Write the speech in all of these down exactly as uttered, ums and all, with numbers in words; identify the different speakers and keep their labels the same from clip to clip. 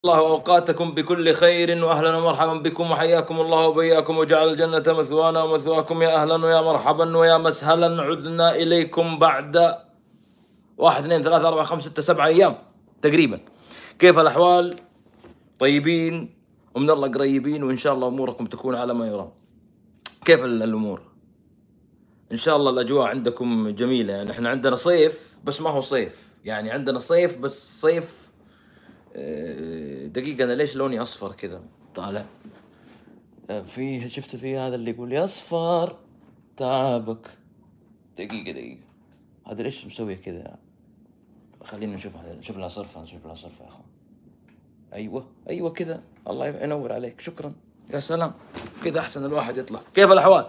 Speaker 1: الله أوقاتكم بكل خير، وأهلا ومرحبا بكم وحياكم الله وبياكم وجعل الجنة مثوانا ومثواكم. يا أهلا ويا مرحبا ويا مسهلا، عدنا إليكم بعد واحد اثنين ثلاثة أربعة خمسة ستة سبعة أيام تقريبا. كيف الأحوال؟ طيبين ومن الله قريبين، وإن شاء الله أموركم تكون على ما يرام. كيف الأمور؟ إن شاء الله الأجواء عندكم جميلة. يعني إحنا عندنا صيف بس ما هو صيف، يعني عندنا صيف بس صيف. دقيقة، أنا ليش لوني أصفر كذا طالع؟ في شفت في هذا اللي يقول يا أصفر تعبك. دقيقة دقيقة، هذا ليش مسوي كذا؟ خلينا نشوف نشوف لها صرفة، نشوف لها صرفة يا أخوان. أيوة أيوة كذا، الله ينور عليك، شكرا يا سلام، كذا أحسن الواحد يطلع. كيف الأحوال؟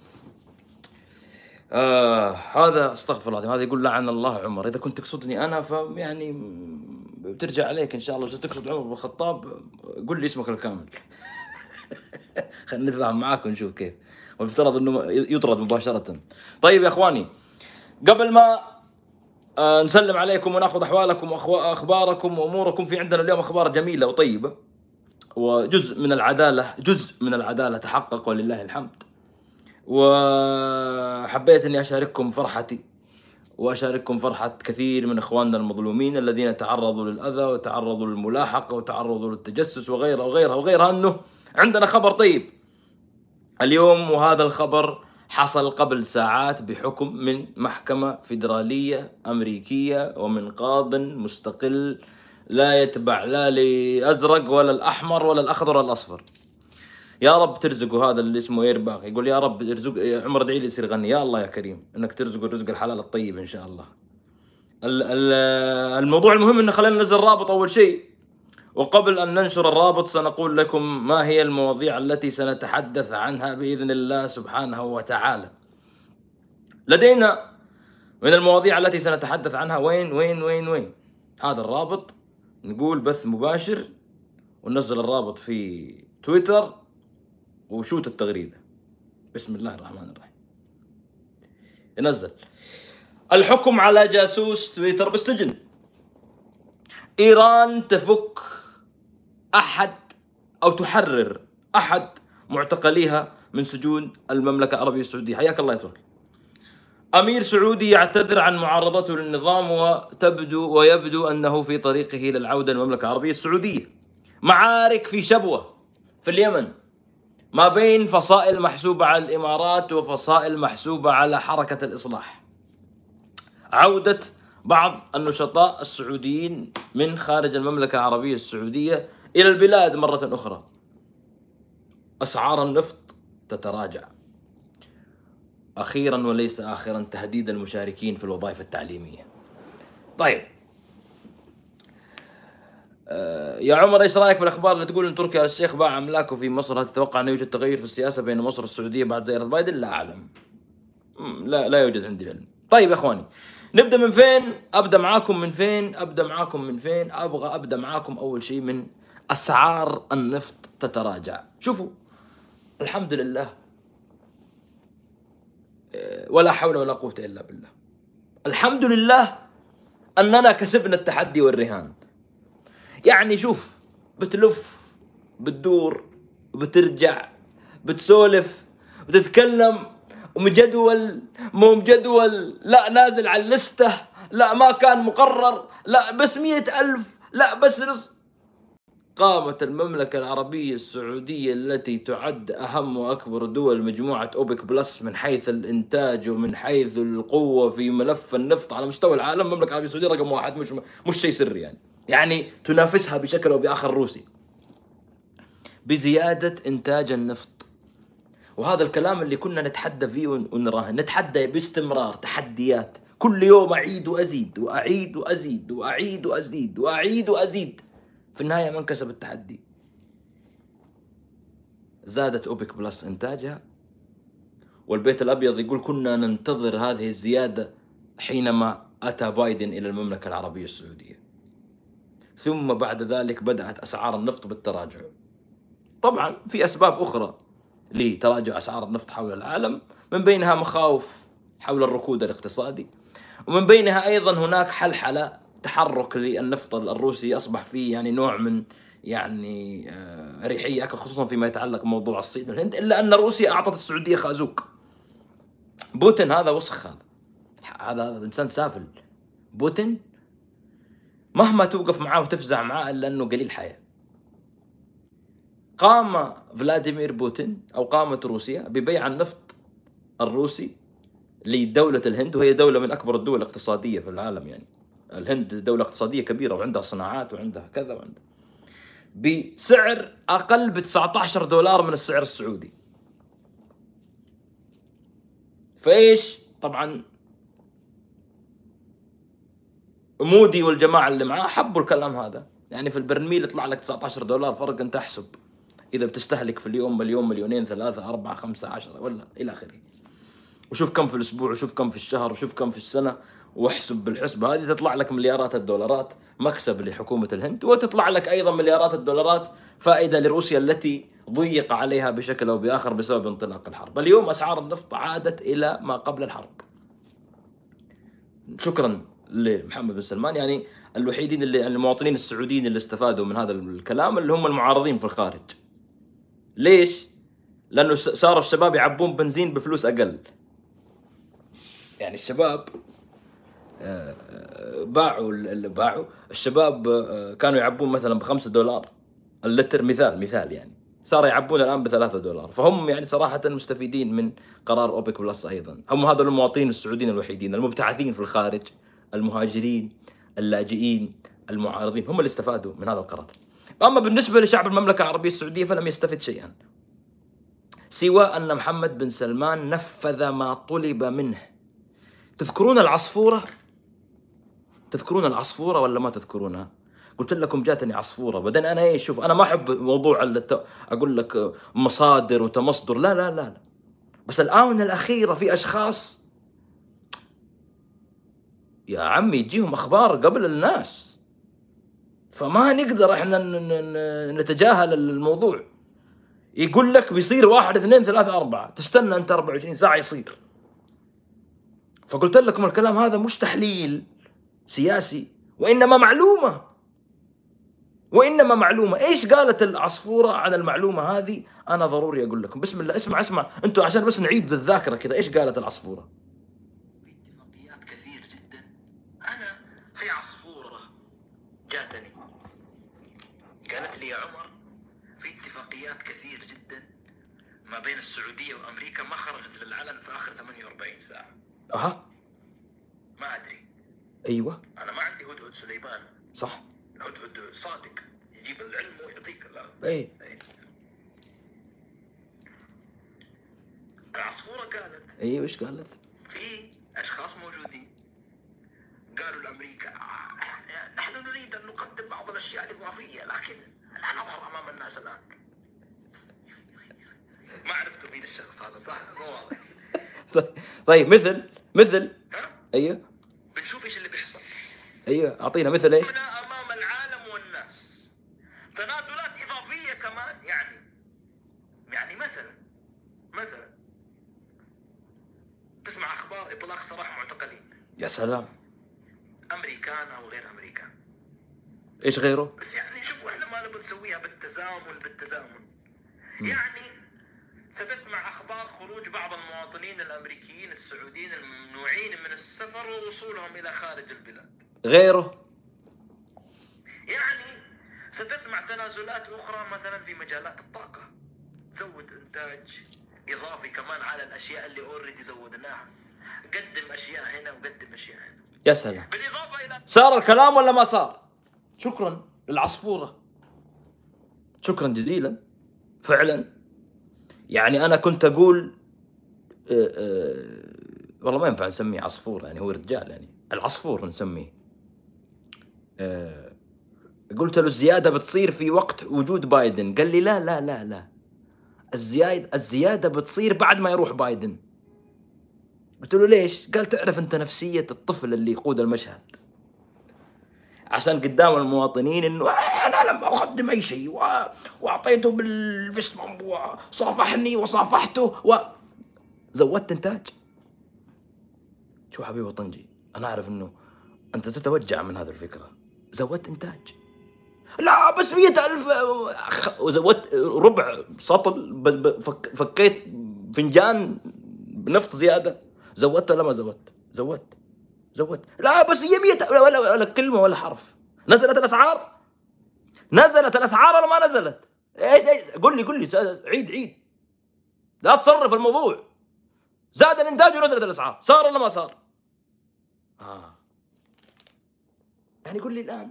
Speaker 1: آه هذا استغفر الله العظيم، هذا يقول لعن الله عمر. إذا كنت تقصدني أنا فيعني بترجع عليك إن شاء الله. إذا تقصد عمر بن الخطاب قل لي اسمك الكامل. خلينا نتفاهم معاك ونشوف كيف، والمفترض انه يطرد مباشرة. طيب يا اخواني، قبل ما آه نسلم عليكم وناخذ احوالكم واخباركم واموركم، في عندنا اليوم اخبار جميلة وطيبة، وجزء من العدالة جزء من العدالة تحقق ولله الحمد. وحبيت اني اشارككم فرحتي واشارككم فرحة كثير من اخواننا المظلومين الذين تعرضوا للاذى وتعرضوا للملاحقة وتعرضوا للتجسس وغيرها وغيرها وغيرها، انه عندنا خبر طيب اليوم. وهذا الخبر حصل قبل ساعات بحكم من محكمة فيدرالية أمريكية ومن قاض مستقل لا يتبع لا لأزرق ولا الأحمر ولا الأخضر ولا الأصفر. يا رب ترزقوا هذا اللي اسمه يرباغ، يقول يا رب ارزق عمر، ادعي لي يصير غني. يا الله يا كريم انك ترزق الرزق الحلال الطيب ان شاء الله. الموضوع المهم انه خلينا ننزل رابط اول شيء، وقبل أن ننشر الرابط سنقول لكم ما هي المواضيع التي سنتحدث عنها بإذن الله سبحانه وتعالى. لدينا من المواضيع التي سنتحدث عنها وين وين وين وين هذا الرابط. نقول بث مباشر وننزل الرابط في تويتر وشوت التغريدة. بسم الله الرحمن الرحيم. ينزل الحكم على جاسوس تويتر بالسجن. إيران تفك أحد أو تحرر أحد معتقليها من سجون المملكة العربية السعودية. حياك الله يا تركي. أمير سعودي يعتذر عن معارضته للنظام وتبدو ويبدو أنه في طريقه للعودة للمملكة العربية السعودية. معارك في شبوة في اليمن ما بين فصائل محسوبة على الإمارات وفصائل محسوبة على حركة الإصلاح. عودة بعض النشطاء السعوديين من خارج المملكة العربية السعودية إلى البلاد مرة أخرى. أسعار النفط تتراجع. أخيرا وليس آخرا تهديد المشاركين في الوظائف التعليمية. طيب أه يا عمر، ايش رايك في الاخبار اللي تقول ان تركيا الشيخ باع املاكه في مصر؟ هل تتوقع انه يوجد تغير في السياسة بين مصر والسعودية بعد زيارة بايدن؟ لا اعلم، لا لا يوجد عندي علم. طيب يا اخواني، نبدا من فين؟ ابدا معاكم من فين؟ ابدا معاكم من فين؟ ابغى ابدا معاكم اول شيء من اسعار النفط تتراجع. شوفوا، الحمد لله ولا حول ولا قوة الا بالله. الحمد لله اننا كسبنا التحدي والرهان. يعني شوف، بتلف بتدور بترجع بتسولف بتتكلم، ومجدول مو مجدول، لا نازل على اللستة، لا ما كان مقرر، لا بس مئة ألف، لا بس رز. قامت المملكة العربية السعودية التي تعد أهم وأكبر دول مجموعة أوبك بلس من حيث الإنتاج ومن حيث القوة في ملف النفط على مستوى العالم. المملكة العربية السعودية رقم واحد، مش مش شيء سري يعني. يعني تنافسها بشكل أو بآخر روسيا بزيادة إنتاج النفط. وهذا الكلام اللي كنا نتحدى فيه ونراهن، نتحدى باستمرار، تحديات كل يوم أعيد وأزيد وأعيد وأزيد وأعيد وأزيد وأعيد وأزيد. في النهاية من كسب التحدي؟ زادت أوبك بلس إنتاجها، والبيت الأبيض يقول كنا ننتظر هذه الزيادة حينما أتى بايدن إلى المملكة العربية السعودية. ثم بعد ذلك بدأت أسعار النفط بالتراجع. طبعا في أسباب أخرى لتراجع أسعار النفط حول العالم، من بينها مخاوف حول الركود الاقتصادي، ومن بينها أيضا هناك حلحلة تحرك للنفط الروسي أصبح فيه يعني نوع من يعني آه، اريحيه اكثر، خصوصا فيما يتعلق بموضوع الصين والهند، الا ان روسيا اعطت السعوديه خازوق. بوتين هذا وسخ، هذا هذا هذا انسان سافل. بوتين مهما توقف معاه وتفزع معاه الا انه قليل حياه. قام فلاديمير بوتين او قامت روسيا ببيع النفط الروسي لدولة الهند، وهي دولة من اكبر الدول الاقتصادية في العالم. يعني الهند دولة اقتصادية كبيرة وعندها صناعات وعندها كذا وعندها، بسعر اقل ب تسعة عشر دولار من السعر السعودي. فايش طبعا مودي والجماعة اللي معاه حبوا الكلام هذا. يعني في البرميل يطلع لك تسعة عشر دولار فرق، انت احسب اذا بتستهلك في اليوم مليون، مليونين، ثلاثة، أربعة، خمسة، عشرة، ولا الى اخره. وشوف كم في الاسبوع، وشوف كم في الشهر، وشوف كم في السنة، واحسب بالحسبة هذه تطلع لك مليارات الدولارات مكسب لحكومة الهند، وتطلع لك ايضا مليارات الدولارات فائدة لروسيا التي ضيق عليها بشكل او باخر بسبب انطلاق الحرب. اليوم اسعار النفط عادت الى ما قبل الحرب. شكرا لمحمد بن سلمان. يعني الوحيدين اللي المواطنين السعوديين اللي استفادوا من هذا الكلام اللي هم المعارضين في الخارج. ليش؟ لانه صاروا الشباب يعبون بنزين بفلوس اقل. يعني الشباب باعوا اللي باعوا الشباب كانوا يعبون مثلا بخمسة دولار اللتر، مثال مثال يعني، صار يعبون الان بثلاثة دولار. فهم يعني صراحه مستفيدين من قرار اوبك بلس. ايضا هم هذول المواطنين السعوديين الوحيدين، المبتعثين في الخارج، المهاجرين، اللاجئين، المعارضين، هم اللي استفادوا من هذا القرار. اما بالنسبه لشعب المملكه العربيه السعوديه فلم يستفد شيئا، سوى ان محمد بن سلمان نفذ ما طلب منه. تذكرون العصفوره؟ تذكرون العصفوره ولا ما تذكرونها؟ قلت لكم جاتني عصفوره، بعدين انا ايش، شوف انا ما احب موضوع الت... اقول لك مصادر وتمصدر، لا لا لا لا. بس الاونه الاخيره في اشخاص يا عمي تجيهم اخبار قبل الناس، فما نقدر احنا نتجاهل الموضوع. يقول لك بيصير واحد اثنين ثلاثة أربعة، تستنى أنت أربعة وعشرين ساعة يصير. فقلت لكم الكلام هذا مش تحليل سياسي، وإنما معلومة، وإنما معلومة. إيش قالت العصفورة عن المعلومة هذه؟ أنا ضروري أقول لكم. بسم الله، اسمع اسمع أنتوا عشان بس نعيد بالذاكرة كذا. إيش قالت العصفورة؟ في اتفاقيات كثير جدا. أنا في عصفورة جاتني قالت لي يا عمر في اتفاقيات كثير جدا ما بين السعودية وأمريكا ما خرجت للعلن في آخر ثمانية وأربعين ساعة. أها ما أدري. أيوة أنا ما عندي هدهد سليمان، صح؟ هدهد صادق يجيب العلم ويعطيك. لا أي أي. العصفورة قالت أيوة. إيش قالت؟ في أشخاص موجودين قالوا لأمريكا نحن نريد أن نقدم بعض الأشياء الإضافية لكن لا نظهر أمام الناس الآن. ما عرفتوا مين الشخص هذا، صح؟ مو واضح. طيب مثل مثل ها؟ ايوه بنشوف ايش اللي بيحصل. ايوه اعطينا مثل ايش؟ امام العالم والناس تنازلات اضافيه كمان. يعني يعني مثلا مثلا تسمع اخبار اطلاق سراح معتقلين. يا سلام. امريكان او غير امريكان. ايش غيره؟ بس يعني شوفوا احنا ما نبغى نسويها بالتزامن بالتزامن. م. يعني ستسمع أخبار خروج بعض المواطنين الأمريكيين السعوديين الممنوعين من السفر ووصولهم إلى خارج البلاد. غيره؟ يعني ستسمع تنازلات أخرى مثلا في مجالات الطاقة، زود إنتاج إضافي كمان على الأشياء اللي أوريدي زودناها، قدم أشياء هنا وقدم أشياء هنا. يا سلام. بالإضافة إلى صار الكلام ولا ما صار؟ شكرا للعصفورة، شكرا جزيلا فعلا. يعني أنا كنت أقول أه أه والله ما ينفع نسميه عصفور، يعني هو رجال، يعني العصفور نسميه. أه قلت له الزيادة بتصير في وقت وجود بايدن، قال لي لا لا لا لا الزيادة الزيادة بتصير بعد ما يروح بايدن. قلت له ليش؟ قال تعرف أنت نفسية الطفل اللي يقود المشهد، عشان قدام المواطنين انه انا لم اقدم اي شيء واعطيته بالفيست بامب وصافحني وصافحته وزودت انتاج. شو حبيبي طنجي، انا اعرف انه انت تتوجع من هذه الفكره. زودت انتاج، لا بس مية ألف وزودت ربع سطل، فك فكيت فنجان بنفط زيادة، زودت ولا ما زودت؟ زودت زودت. لا بس هي مية ولا, ولا, ولا كلمة ولا حرف. نزلت الأسعار؟ نزلت الأسعار ولا ما نزلت؟ ايش ايش قول لي قول لي عيد عيد، لا تصرف الموضوع. زاد الإنتاج ونزلت الأسعار، صار ولا ما صار؟ آه يعني قول لي الآن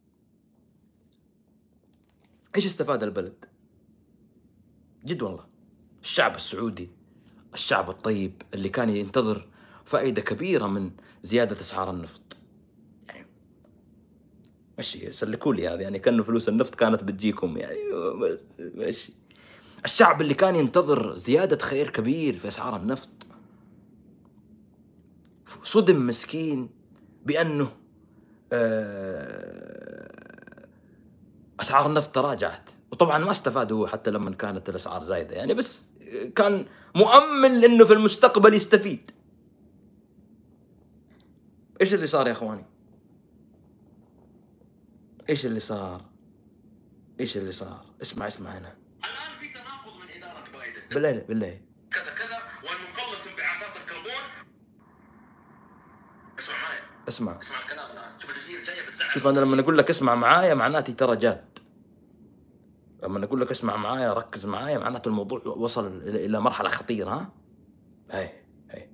Speaker 1: ايش استفاد البلد؟ جد والله الشعب السعودي، الشعب الطيب اللي كان ينتظر فائدة كبيرة من زيادة أسعار النفط، يعني ماشي سلكوا لي هذا، يعني كأنه فلوس النفط كانت بتجيكم يعني، ماشي. الشعب اللي كان ينتظر زيادة خير كبير في أسعار النفط صدم مسكين بأنه أسعار النفط تراجعت. وطبعا ما استفاد هو حتى لما كانت الأسعار زايدة يعني، بس كان مؤمل إنه في المستقبل يستفيد. إيش اللي صار يا إخواني؟ إيش اللي صار؟ إيش اللي صار؟ اسمع اسمع هنا.
Speaker 2: الآن في تناقض من إدارة بايدن.
Speaker 1: بالله بالله.
Speaker 2: كذا كذا وأن نقلص انبعاثات الكربون. اسمع معي.
Speaker 1: اسمع.
Speaker 2: اسمع الكلام الآن. شوف الجزيرة الجاية بتزعل.
Speaker 1: شوف أنا لما أقول لك اسمع معايا معناتي ترى جاد. لما أقول لك اسمع معايا ركز معايا معناته الموضوع وصل إلى مرحلة خطيرة. ها؟ هاي هاي.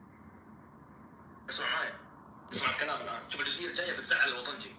Speaker 2: اسمع معي. اسمع الكلام الآن. شوف الجزيرة الجاية بتزعل الوطنجي.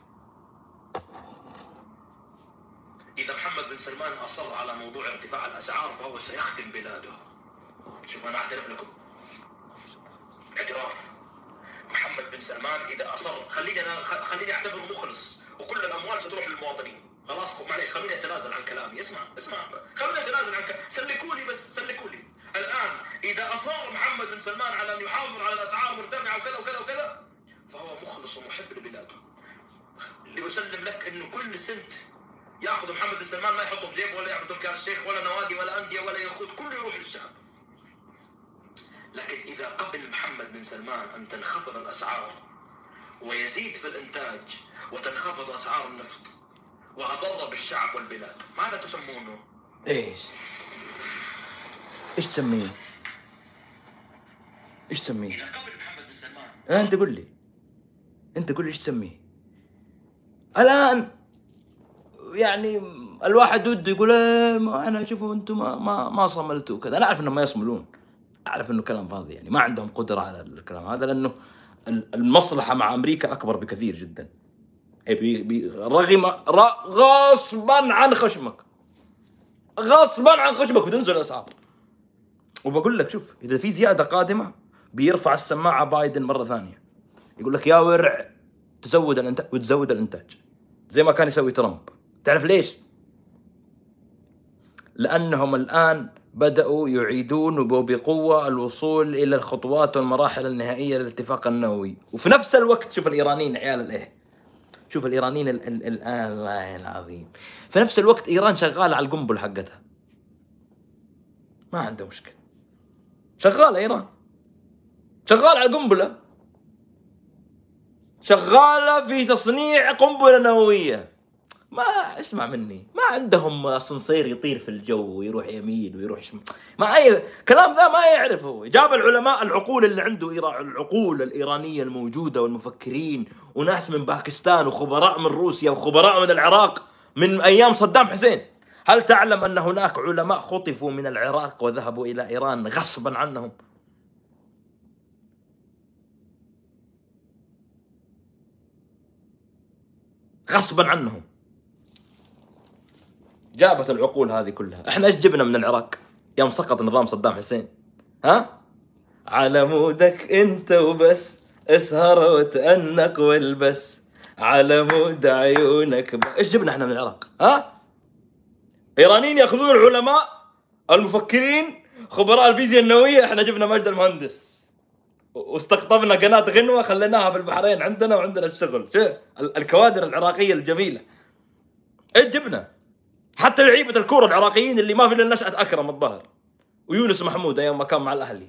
Speaker 2: إذا محمد بن سلمان أصر على موضوع ارتفاع الأسعار فهو سيخدم بلاده. شوف أنا أعترف لكم اعتراف. محمد بن سلمان إذا أصر، خليني أنا خليني أعتبره مخلص وكل الأموال ستروح للمواطنين. خلاص معليش خلوني أتنازل عن كلامي. اسمع اسمع خلوني أتنازل عن كلامي. سلكولي بس سلكولي. الآن إذا أصر محمد بن سلمان على أن يحافظ على الأسعار مرتفعة وكذا وكذا وكذا فهو مخلص ومحب لبلاده. اللي أسلم لك إنه كل سنت ياخذ محمد بن سلمان ما يحطه في جيبه ولا ياخذ تركيا الشيخ ولا نوادي ولا أندية ولا ياخذ، كله يروح للشعب. لكن إذا قبل محمد بن سلمان أن تنخفض الأسعار ويزيد في الإنتاج وتنخفض أسعار النفط وأضر بالشعب والبلاد، ماذا تسمونه؟
Speaker 1: إيش؟ إيش تسميه؟ إيش تسميه؟
Speaker 2: إذا قبل محمد بن سلمان
Speaker 1: آه أنت قل لي. أنت قل لي إيش تسميه؟ الآن يعني الواحد وده يقول ايه ما انا شوفوا انتم ما ما ما صملتوا كذا. انا اعرف انهم ما يصملون، اعرف انه كلام فاضي يعني، ما عندهم قدره على الكلام هذا، لانه المصلحه مع امريكا اكبر بكثير جدا. بي بي رغم غصبا عن خشمك، غصبا عن خشمك بتنزل الاسعار. وبقول لك شوف اذا في زياده قادمه بيرفع السماعه بايدن مره ثانيه، يقول لك يا ورع تزود الانتاج وتزود الانتاج زي ما كان يسوي ترامب. تعرف ليش؟ لأنهم الآن بدأوا يعيدون بقوة الوصول إلى الخطوات والمراحل النهائية للاتفاق النووي. وفي نفس الوقت شوف الإيرانيين عيال الإيه، شوف الإيرانيين الآن الله العظيم، في نفس الوقت إيران شغالة على القنبلة حقتها، ما عنده مشكلة، شغالة إيران شغالة على القنبلة، شغالة في تصنيع قنبلة نووية. ما اسمع مني، ما عندهم اسانسير يطير في الجو ويروح يمين ويروح شمال، ما اي كلام ذا ما يعرفه. جاب العلماء العقول اللي عنده، العقول الإيرانية الموجودة والمفكرين وناس من باكستان وخبراء من روسيا وخبراء من العراق من ايام صدام حسين. هل تعلم ان هناك علماء خطفوا من العراق وذهبوا الى ايران غصبا عنهم؟ غصبا عنهم جابت العقول هذه كلها. احنا ايش جبنا من العراق يوم سقط نظام صدام حسين؟ ها؟ على مودك انت وبس، اسهر وتأنق والبس على مود عيونك ب... ايش جبنا احنا من العراق؟ ها؟ ايرانيين ياخذون العلماء المفكرين خبراء الفيزياء النووية، احنا جبنا مجد المهندس واستقطبنا قناة غنوة خليناها في البحرين عندنا وعندنا الشغل. شو الكوادر العراقية الجميلة ايش جبنا؟ حتى لعيبة الكورة العراقيين اللي ما في الا نشأة أكرم الظهر ويونس محمود أيام ما كان مع الأهلي،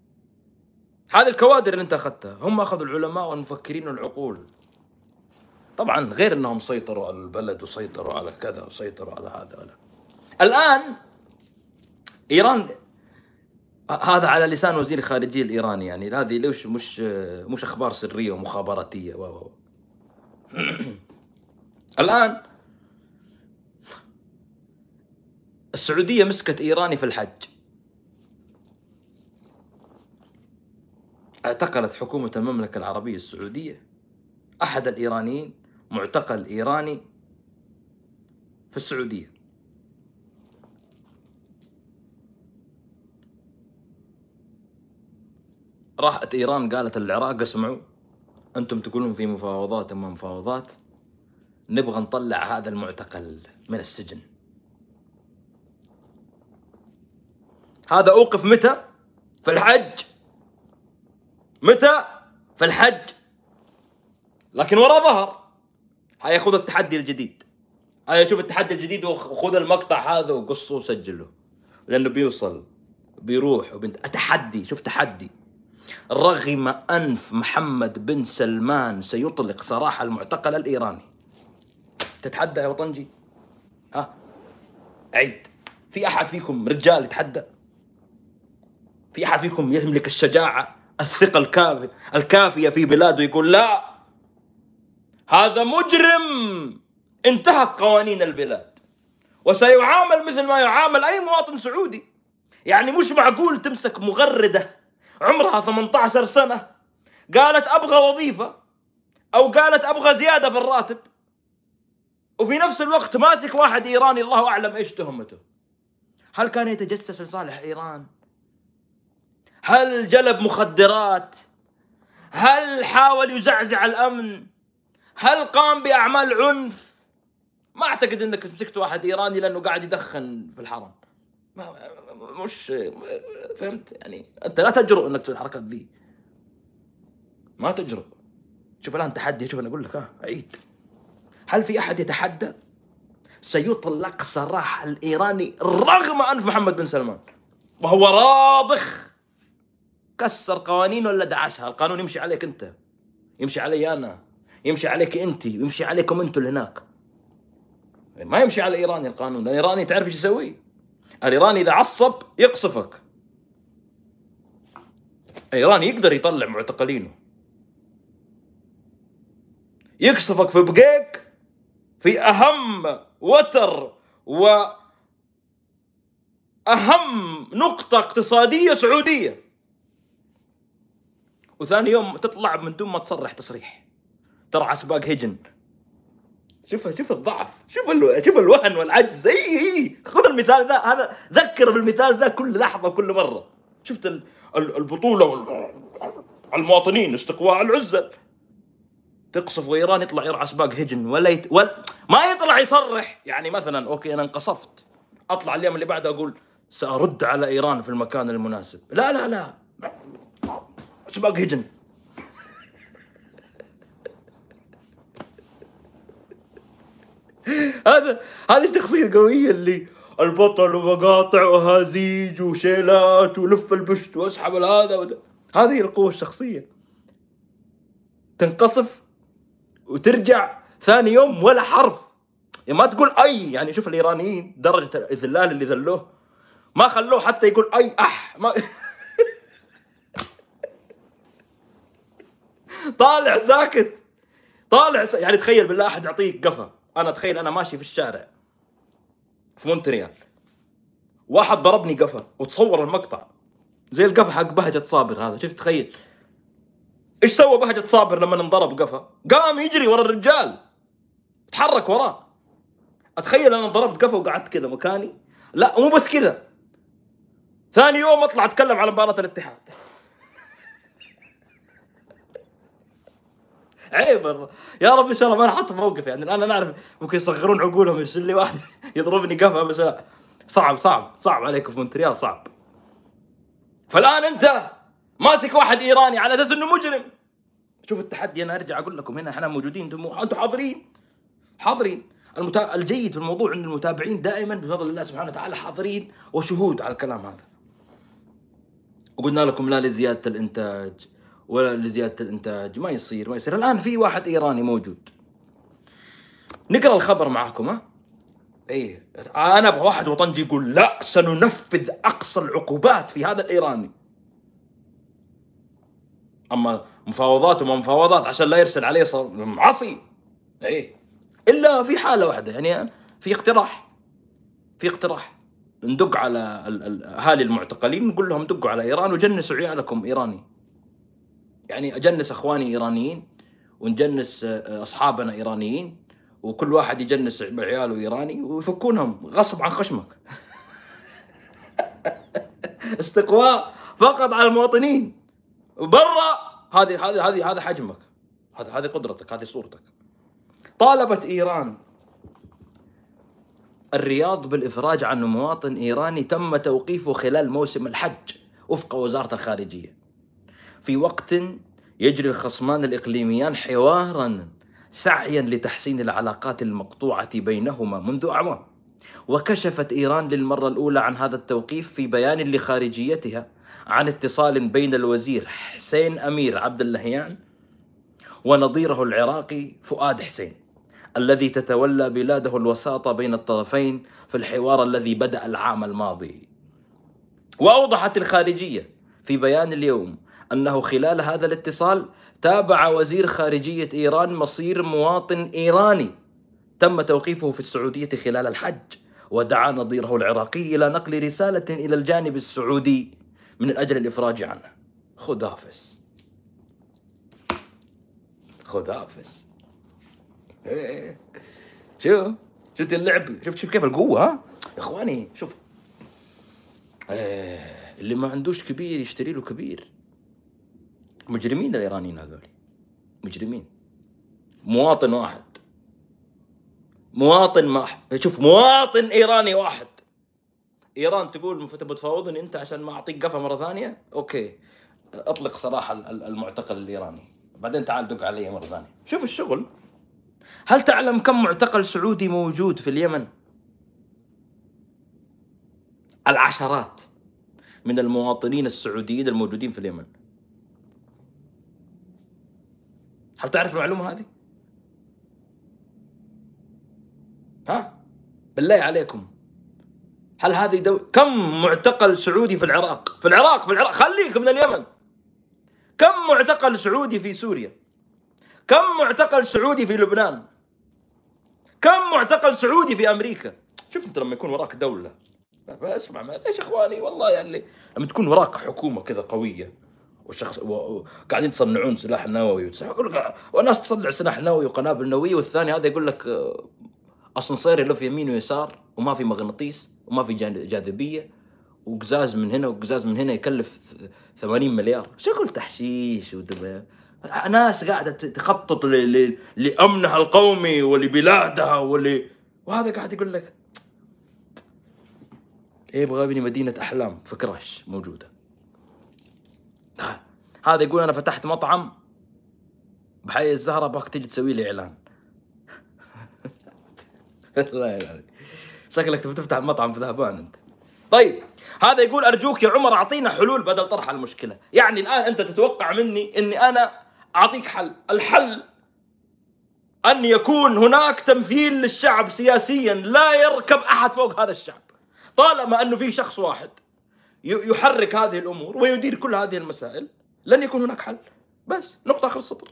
Speaker 1: هذه الكوادر اللي أنت أخذتها هم أخذوا العلماء والمفكرين والعقول. طبعا غير انهم سيطروا على البلد وسيطروا على كذا وسيطروا على هذا ولا. الان ايران، هذا على لسان وزير الخارجيه الايراني، يعني هذه ليش مش مش اخبار سريه ومخابراتيه و و الان السعوديه مسكت ايراني في الحج، اعتقلت حكومه المملكه العربيه السعوديه احد الايرانيين، معتقل ايراني في السعوديه. راحت ايران قالت للعراق اسمعوا، انتم تقولون في مفاوضات اما مفاوضات، نبغى نطلع هذا المعتقل من السجن. هذا اوقف متى؟ في الحج. متى؟ في الحج. لكن ورا ظهر هاي خذ التحدي الجديد، هاي شوف التحدي الجديد وخذ المقطع هذا وقصه وسجله، لانه بيوصل بيروح وبنت التحدي. شوف تحدي، رغم أنف محمد بن سلمان سيطلق سراح المعتقل الإيراني. تتحدى يا وطنجي؟ ها؟ عيد، في أحد فيكم رجال يتحدى؟ في أحد فيكم يملك الشجاعة الثقة الكافية الكافية في بلاده يقول لا، هذا مجرم انتهك قوانين البلاد وسيعامل مثل ما يعامل أي مواطن سعودي؟ يعني مش معقول تمسك مغردة عمرها ثمانية عشر سنة قالت أبغى وظيفة أو قالت أبغى زيادة في الراتب، وفي نفس الوقت ماسك واحد إيراني الله أعلم إيش تهمته. هل كان يتجسس لصالح إيران؟ هل جلب مخدرات؟ هل حاول يزعزع الأمن؟ هل قام بأعمال عنف؟ ما أعتقد أنك مسكت واحد إيراني لأنه قاعد يدخن في الحرم. مش فهمت يعني؟ أنت لا تجرؤ أنك تسوي الحركات ذي، ما تجرؤ. شوف الآن تحدي، شوف أنا أقول لك ها عيد، هل في أحد يتحدى؟ سيطلق سراح الإيراني رغم أنف محمد بن سلمان وهو راضخ. كسر قوانين ولا دعسها؟ القانون يمشي عليك أنت، يمشي علي أنا، يمشي عليك أنت، يمشي عليكم أنتوا اللي هناك. ما يمشي على إيراني القانون، لأن الإيراني تعرف إيش يسوي؟ الإيراني إذا عصب يقصفك. الإيراني يقدر يطلع معتقلينه، يقصفك في بقيك في أهم وتر وأهم نقطة اقتصادية سعودية، وثاني يوم تطلع من دون ما تصرح تصريح، ترى عسباق هجن. شوف شوف الضعف، شوف الو... شوف الوهن والعجز. اي خذ المثال ذا، هذا ذكر بالمثال ذا كل لحظة كل مرة. شفت ال... البطولة وال... المواطنين استقواء العزل، تقصف وإيران يطلع يرعى سباق هجن ولا يت... ولا ما يطلع يصرح. يعني مثلا اوكي انا انقصفت، اطلع اليوم اللي بعده اقول سأرد على إيران في المكان المناسب. لا لا لا، سباق هجن. هذا هذه الشخصية القوية اللي البطل ومقاطع وهازيج وشيلات ولف البشت واسحب هذا وده. هذه القوة الشخصية. تنقصف وترجع ثاني يوم ولا حرف، يعني ما تقول أي. يعني شوف الإيرانيين درجة الإذلال اللي ذلوه ما خلوه حتى يقول أي أح ما طالع ساكت، طالع س... يعني تخيل بالله أحد يعطيك قفا. أنا تخيل أنا ماشي في الشارع في مونتريال، واحد ضربني قفا وتصور المقطع زي القفا حق بهجة صابر هذا. شفت تخيل إيش سوى بهجة صابر لما انضرب قفا؟ قام يجري ورا الرجال، تحرك وراه. أتخيل أنا ضربت قفا وقعدت كذا مكاني. لا مو بس كذا، ثاني يوم أطلع أتكلم على مباراة الاتحاد. عيب يا رب ان شاء الله ما نحط موقف. يعني الان انا اعرف ممكن يصغرون عقولهم يرسل لي واحد يضربني قفا، بس لا، صعب صعب صعب عليكم في مونتريال صعب. فالان انت ماسك واحد ايراني على اساس انه مجرم. شوف التحدي، انا ارجع اقول لكم هنا احنا موجودين، انتم انتم حاضرين حاضرين. المتا... الجيد في الموضوع ان المتابعين دائما بفضل الله سبحانه وتعالى حاضرين وشهود على الكلام هذا. وقلنا لكم لا لزياده الانتاج ولا لزيادة الإنتاج، ما يصير ما يصير. الآن في واحد إيراني موجود نقرا الخبر معاكم. ها ايه، انا ابغى واحد وطنجي يقول لا سننفذ اقصى العقوبات في هذا الايراني. اما مفاوضات وما مفاوضات عشان لا يرسل عليه معصي. ايه، الا في حاله واحده، يعني في اقتراح في اقتراح ندق على اهالي المعتقلين، نقول لهم دقوا على ايران وجنسوا عيالكم ايراني. يعني اجنس اخواني ايرانيين ونجنس اصحابنا ايرانيين، وكل واحد يجنس عياله ايراني ويفكونهم غصب عن خشمك. استقواء فقط على المواطنين. برا هذه هذه هذه هذا حجمك، هذا هذه قدرتك، هذه صورتك. طالبت ايران الرياض بالافراج عن مواطن ايراني تم توقيفه خلال موسم الحج وفق وزارة الخارجية، في وقت يجري الخصمان الاقليميان حوارا سعيا لتحسين العلاقات المقطوعة بينهما منذ اعوام. وكشفت ايران للمرة الاولى عن هذا التوقيف في بيان لخارجيتها عن اتصال بين الوزير حسين امير عبد اللهيان ونظيره العراقي فؤاد حسين، الذي تتولى بلاده الوساطة بين الطرفين في الحوار الذي بدأ العام الماضي. وأوضحت الخارجية في بيان اليوم أنه خلال هذا الاتصال تابع وزير خارجية إيران مصير مواطن إيراني تم توقيفه في السعودية خلال الحج، ودعا نظيره العراقي إلى نقل رسالة إلى الجانب السعودي من أجل الإفراج عنه. خدافس خدافس. إيه. شوف شفت اللعب، شفت شوف كيف القوة. ها يا إخواني، شوف إيه. اللي ما عندوش كبير يشتري له كبير. مجرمين الإيرانيين هذول، مجرمين. مواطن واحد مواطن ما شوف مواطن إيراني واحد. إيران تقول تبغى تفاوضني أنت عشان ما أعطيك قفا مرة ثانية؟ أوكي، أطلق سراح المعتقل الإيراني، بعدين تعال دق علي مرة ثانية. شوف الشغل. هل تعلم كم معتقل سعودي موجود في اليمن؟ العشرات من المواطنين السعوديين الموجودين في اليمن. هل تعرف المعلومة هذه؟ ها؟ بالله عليكم، هل هذه دو... كم معتقل سعودي في العراق؟ في العراق في العراق خليك من اليمن. كم معتقل سعودي في سوريا؟ كم معتقل سعودي في لبنان؟ كم معتقل سعودي في أمريكا؟ شوف أنت لما يكون وراك دولة، اسمع ليش إخواني والله، يعني لما تكون وراك حكومة كذا قوية وشخص وقاعدين تصنعون سلاح نووي، يقول لك والناس تصنع سلاح نووي وقنابل نووية، والثاني هذا يقول لك أسانسير يلف يمين ويسار وما في مغناطيس وما في جاذبية وقزاز من هنا وقزاز من هنا يكلف ثمانين مليار. شغل تحشيش ودبا. ناس قاعدة تخطط لأمنها القومي ولبلادها ولي، وهذا قاعد يقول لك إيه يبغى ابني مدينة أحلام في كراش موجودة. هذا يقول أنا فتحت مطعم بحي الزهرة، باك تجي تسوي لي إعلان. الله يعني شكلك تبي تفتح المطعم في ذهبان أنت. طيب هذا يقول أرجوك يا عمر أعطينا حلول بدل طرح المشكلة. يعني الآن أنت تتوقع مني أني أنا أعطيك حل. الحل أن يكون هناك تمثيل للشعب سياسيا، لا يركب أحد فوق هذا الشعب. طالما أنه في شخص واحد يحرك هذه الأمور ويدير كل هذه المسائل لن يكون هناك حل. بس نقطة آخر السطر.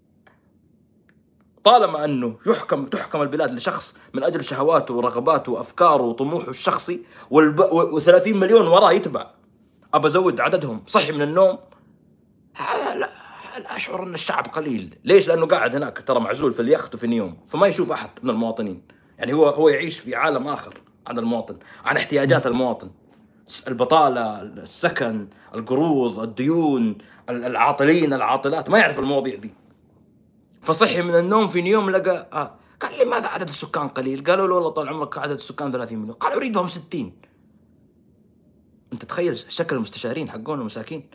Speaker 1: طالما أنه يحكم تحكم البلاد لشخص من أجل شهواته ورغباته وأفكاره وطموحه الشخصي والب... وثلاثين مليون وراه يتبع، أبى أزود عددهم، صحي من النوم، لا أشعر أن الشعب قليل. ليش؟ لأنه قاعد هناك ترى معزول في اليخت وفي نيوم، فما يشوف أحد من المواطنين. يعني هو هو يعيش في عالم آخر عن المواطن، عن احتياجات المواطن، البطالة، السكن، القروض، الديون، العاطلين، العاطلات، ما يعرف المواضيع دي. فصحي من النوم في يوم لقى آه. قال لي ماذا عدد السكان قليل؟ قالوا له والله طال عمرك عدد السكان ثلاثين مليون. قال أريدهم ستين. أنت تخيل شكل المستشارين حقون المساكين.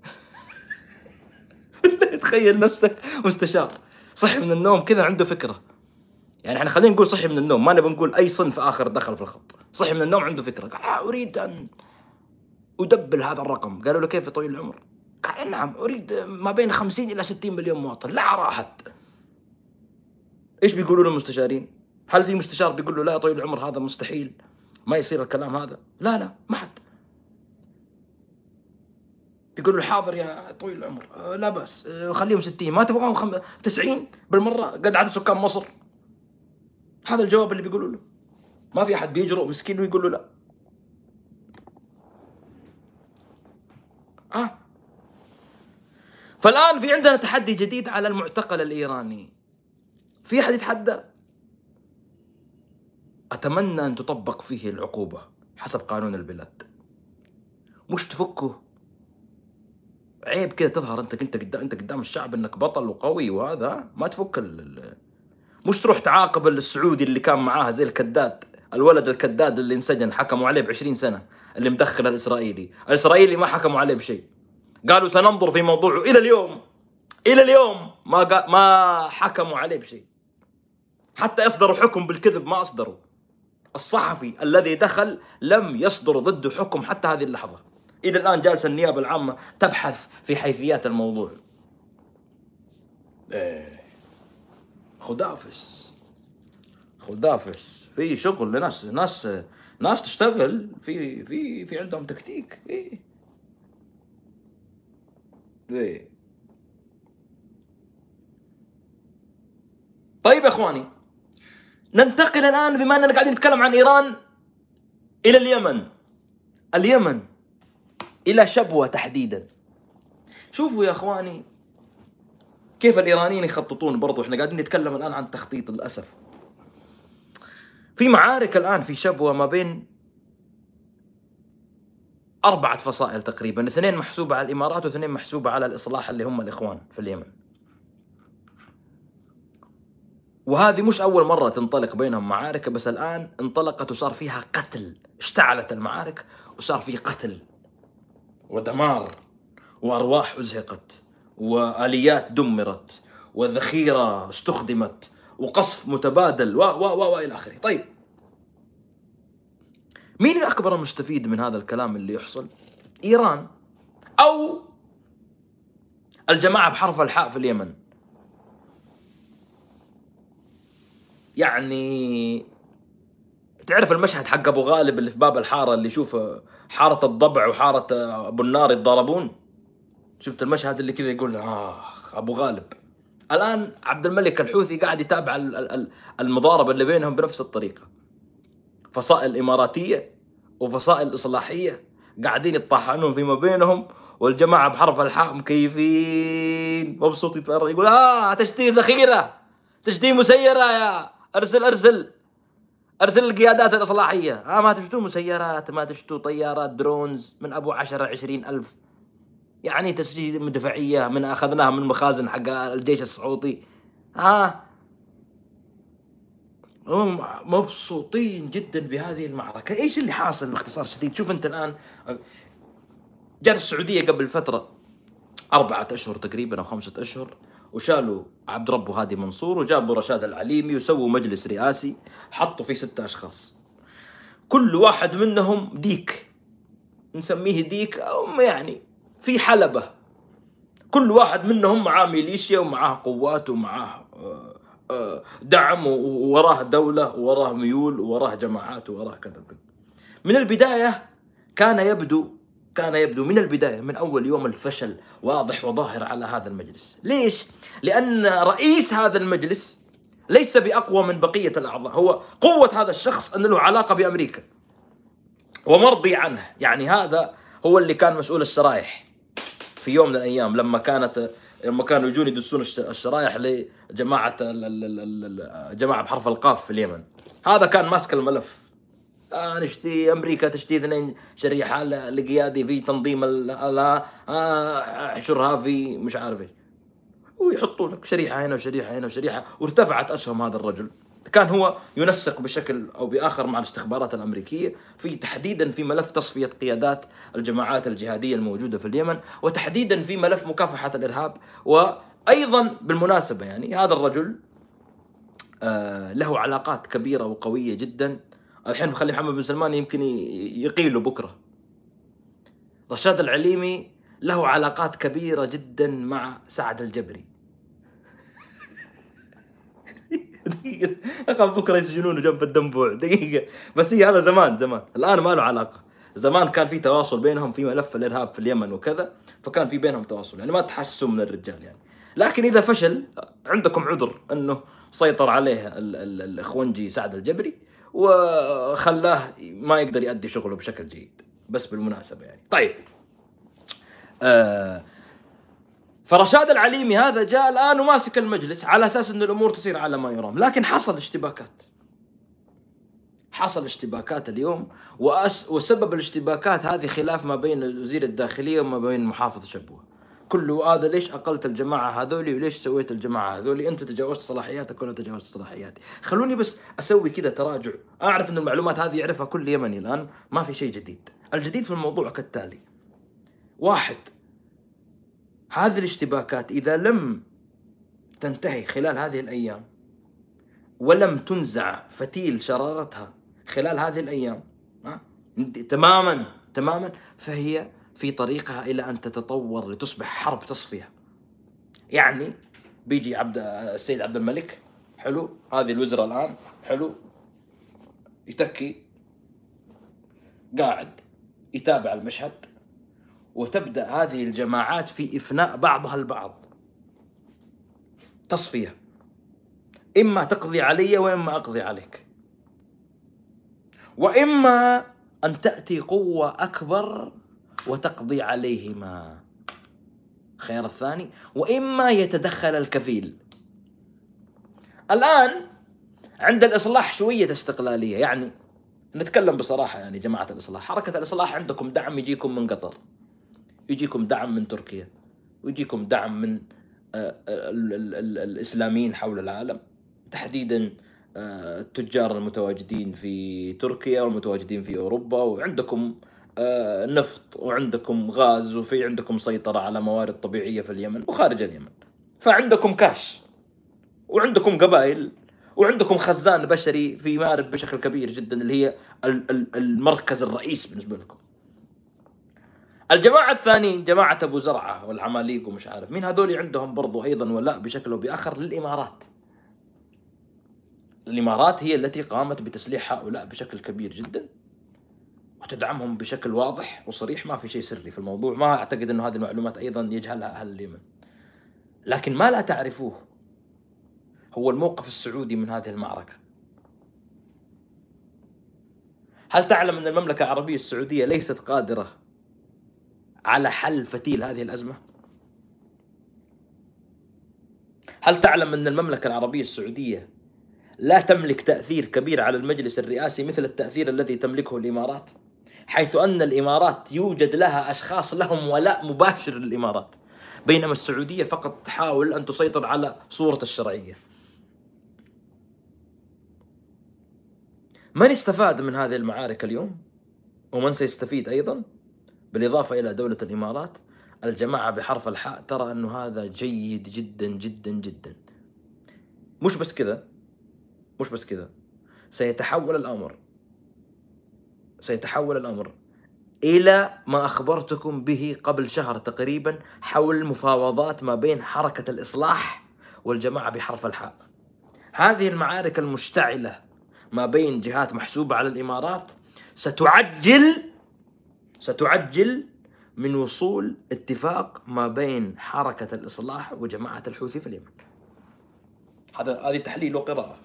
Speaker 1: تخيل نفسك مستشار صحي من النوم كذا عنده فكرة. يعني احنا خلينا نقول صحي من النوم، ما نبي نقول أي صنف آخر دخل في الخط. صحي من النوم عنده فكرة، قال آه أريد أن أدبل هذا الرقم. قالوا له كيف طويل العمر؟ قال نعم أريد ما بين خمسين إلى ستين مليون مواطن. لا راحت. إيش بيقولوا له المستشارين؟ هل في مستشار بيقول له لا يا طويل العمر هذا مستحيل ما يصير الكلام هذا؟ لا لا ما حد. يقول له حاضر يا طويل العمر آه لا بس آه خليهم ستين، ما تبغاهم خم... تسعين بالمرة قد عدد سكان مصر. هذا الجواب اللي بيقولوا له. ما في أحد بيجرؤ مسكين ويقول له لا. آه. فالآن في عندنا تحدي جديد على المعتقل الإيراني. في أحد يتحدى؟ أتمنى أن تطبق فيه العقوبة حسب قانون البلاد، مش تفكه. عيب كذا تظهر انت انت قدام انت قدام الشعب انك بطل وقوي، وهذا ما تفك ال... مش تروح تعاقب السعودي اللي كان معاها زي الكداد، الولد الكداد اللي انسجن حكموا عليه بعشرين سنة، اللي مدخل الإسرائيلي، الإسرائيلي ما حكموا عليه بشيء، قالوا سننظر في موضوعه. إلى اليوم إلى اليوم ما قا... ما حكموا عليه بشيء، حتى يصدروا حكم بالكذب ما أصدروا. الصحفي الذي دخل لم يصدر ضده حكم حتى هذه اللحظة. إلى الآن جالسة النيابة العامة تبحث في حيثيات الموضوع. إيه. خدافس خدافس في شغل لناس ناس ناس تشتغل في في في عندهم تكتيك. إيه. إيه. طيب يا اخواني، ننتقل الآن بما أننا قاعدين نتكلم عن إيران إلى اليمن. اليمن إلى شبوة تحديدا. شوفوا يا اخواني كيف الإيرانيين يخططون. برضو احنا قاعدين نتكلم الآن عن تخطيط للأسف. في معارك الآن في شبوة ما بين أربعة فصائل تقريبا، اثنين محسوبة على الإمارات واثنين محسوبة على الإصلاح اللي هم الإخوان في اليمن. وهذه مش أول مرة تنطلق بينهم معارك، بس الآن انطلقت وصار فيها قتل. اشتعلت المعارك وصار فيه قتل ودمار وأرواح أزهقت وآليات دمرت وذخيرة استخدمت وقصف متبادل و و و وإلى آخره. طيب مين الأكبر المستفيد من هذا الكلام اللي يحصل؟ إيران أو الجماعة بحرف الحاء في اليمن. يعني تعرف المشهد حق أبو غالب اللي في باب الحارة، اللي يشوف حارة الضبع وحارة أبو النار يتضاربون؟ شفت المشهد اللي كذا يقول آخ أبو غالب. الآن عبد الملك الحوثي قاعد يتابع المضاربة اللي بينهم بنفس الطريقة. فصائل إماراتية وفصائل إصلاحية قاعدين يتطحنون فيما بينهم، والجماعة بحرف الحاء مكيفين مبسوط يتفرج يقول آه تشتيت ذخيرة، تشتيت مسيرة، يا أرسل أرسل أرسل القيادات الإصلاحية. آه ما تشتوا مسيرات، ما تشتوا طيارات درونز من أبو عشرة عشرين ألف، يعني تسجيل مدفعية من أخذناها من مخازن حق الجيش السعودي. ها هم مبسوطين جدا بهذه المعركة. ايش اللي حاصل باختصار شديد؟ شوف انت الآن جات السعودية قبل فترة أربعة أشهر تقريبا أو خمسة أشهر، وشالوا عبد ربه هادي منصور وجابوا رشاد العليمي وسووا مجلس رئاسي حطوا فيه ستة أشخاص، كل واحد منهم ديك، نسميه ديك أو يعني في حلبة، كل واحد منهم معاه ميليشيا ومعاه قوات ومعاه دعم ووراه دولة ووراه ميول ووراه جماعات ووراه كذا وكذا. من البداية كان يبدو كان يبدو من البداية من أول يوم الفشل واضح وظاهر على هذا المجلس. ليش؟ لأن رئيس هذا المجلس ليس بأقوى من بقية الأعضاء. هو قوة هذا الشخص أن له علاقة بأمريكا ومرضي عنه. يعني هذا هو اللي كان مسؤول الشرايح في يوم من الأيام، لما كانت لما كانوا يجون يدسون الشرايح لجماعة جماعة بحرف القاف في اليمن. هذا كان ماسك الملف. آه نشتي أمريكا تشتي اثنين شريحة لقيادي في تنظيم ال آه حشرها في مش عارف ايش، ويحطوا لك شريحة هنا وشريحة هنا وشريحة. وارتفعت أسهم هذا الرجل. كان هو ينسق بشكل أو بآخر مع الاستخبارات الأمريكية في تحديدا في ملف تصفية قيادات الجماعات الجهادية الموجودة في اليمن، وتحديدا في ملف مكافحة الإرهاب. وأيضا بالمناسبة يعني هذا الرجل آه له علاقات كبيرة وقوية جدا. الحين مخلي محمد بن سلمان يمكن يقيله بكرة. رشاد العليمي له علاقات كبيرة جدا مع سعد الجبري. دقيقة أخاف بكرة يسجنونه جنب الدنبوع. دقيقة بس هي هذا زمان زمان، الآن ما له علاقة. زمان كان في تواصل بينهم في ملف الإرهاب في اليمن وكذا، فكان في بينهم تواصل، يعني ما تحسوا من الرجال يعني. لكن إذا فشل عندكم عذر أنه سيطر عليه ال ال الإخوانجي سعد الجبري وخلاه ما يقدر يؤدي شغله بشكل جيد. بس بالمناسبة يعني طيب آه فرشاد العليمي هذا جاء الآن وماسك المجلس على أساس أن الأمور تصير على ما يرام، لكن حصل اشتباكات. حصل اشتباكات اليوم، وأس وسبب الاشتباكات هذه خلاف ما بين وزير الداخلية وما بين محافظ شبوة. كله هذا ليش أقلت الجماعة هذولي وليش سويت الجماعة هذولي، أنت تجاوزت صلاحياتك ولا تجاوزت صلاحياتي. خلوني بس أسوي كذا تراجع. أعرف أن المعلومات هذه يعرفها كل يمني الآن، ما في شيء جديد. الجديد في الموضوع كالتالي: واحد، هذه الاشتباكات إذا لم تنتهي خلال هذه الأيام ولم تنزع فتيل شرارتها خلال هذه الأيام ها؟ تماما تماما فهي في طريقها إلى أن تتطور لتصبح حرب تصفية. يعني بيجي عبد السيد عبد الملك، حلو، هذه الوزراء الآن، حلو، يتكي قاعد يتابع المشهد، وتبدأ هذه الجماعات في إفناء بعضها البعض، تصفية، إما تقضي علي وإما أقضي عليك، وإما أن تأتي قوة أكبر وتقضي عليهما، خيار الثاني، وإما يتدخل الكفيل. الآن عند الإصلاح شوية استقلالية، يعني نتكلم بصراحة يعني جماعة الإصلاح، حركة الإصلاح عندكم دعم يجيكم من قطر، يجيكم دعم من تركيا، ويجيكم دعم من الإسلاميين حول العالم، تحديدا التجار المتواجدين في تركيا والمتواجدين في أوروبا، وعندكم نفط وعندكم غاز وفي عندكم سيطرة على موارد طبيعية في اليمن وخارج اليمن، فعندكم كاش وعندكم قبائل وعندكم خزان بشري في مارب بشكل كبير جدا، اللي هي المركز الرئيس بالنسبة لكم. الجماعة الثانيين جماعة أبو زرعة والعماليق ومش عارف مين، هذول عندهم برضو أيضا ولاء بشكل أو بآخر للإمارات. الإمارات هي التي قامت بتسليح هؤلاء بشكل كبير جدا وتدعمهم بشكل واضح وصريح، ما في شيء سري في الموضوع. ما أعتقد أن هذه المعلومات أيضا يجهلها أهل اليمن. لكن ما لا تعرفوه هو الموقف السعودي من هذه المعركة. هل تعلم أن المملكة العربية السعودية ليست قادرة على حل فتيل هذه الأزمة؟ هل تعلم أن المملكة العربية السعودية لا تملك تأثير كبير على المجلس الرئاسي مثل التأثير الذي تملكه الإمارات، حيث أن الإمارات يوجد لها أشخاص لهم ولاء مباشر للإمارات، بينما السعودية فقط تحاول أن تسيطر على صورة الشرعية. من استفاد من هذه المعارك اليوم ومن سيستفيد أيضا بالإضافة إلى دولة الإمارات؟ الجماعة بحرف الحاء ترى أنه هذا جيد جدا جدا جدا. مش بس كذا مش بس كذا سيتحول الأمر سيتحول الأمر إلى ما أخبرتكم به قبل شهر تقريبا حول المفاوضات ما بين حركة الإصلاح والجماعة بحرف الحاء. هذه المعارك المشتعلة ما بين جهات محسوبة على الإمارات ستعجل ستعجل من وصول اتفاق ما بين حركة الإصلاح وجماعة الحوثي في اليمن. هذا هذه تحليل وقراءة.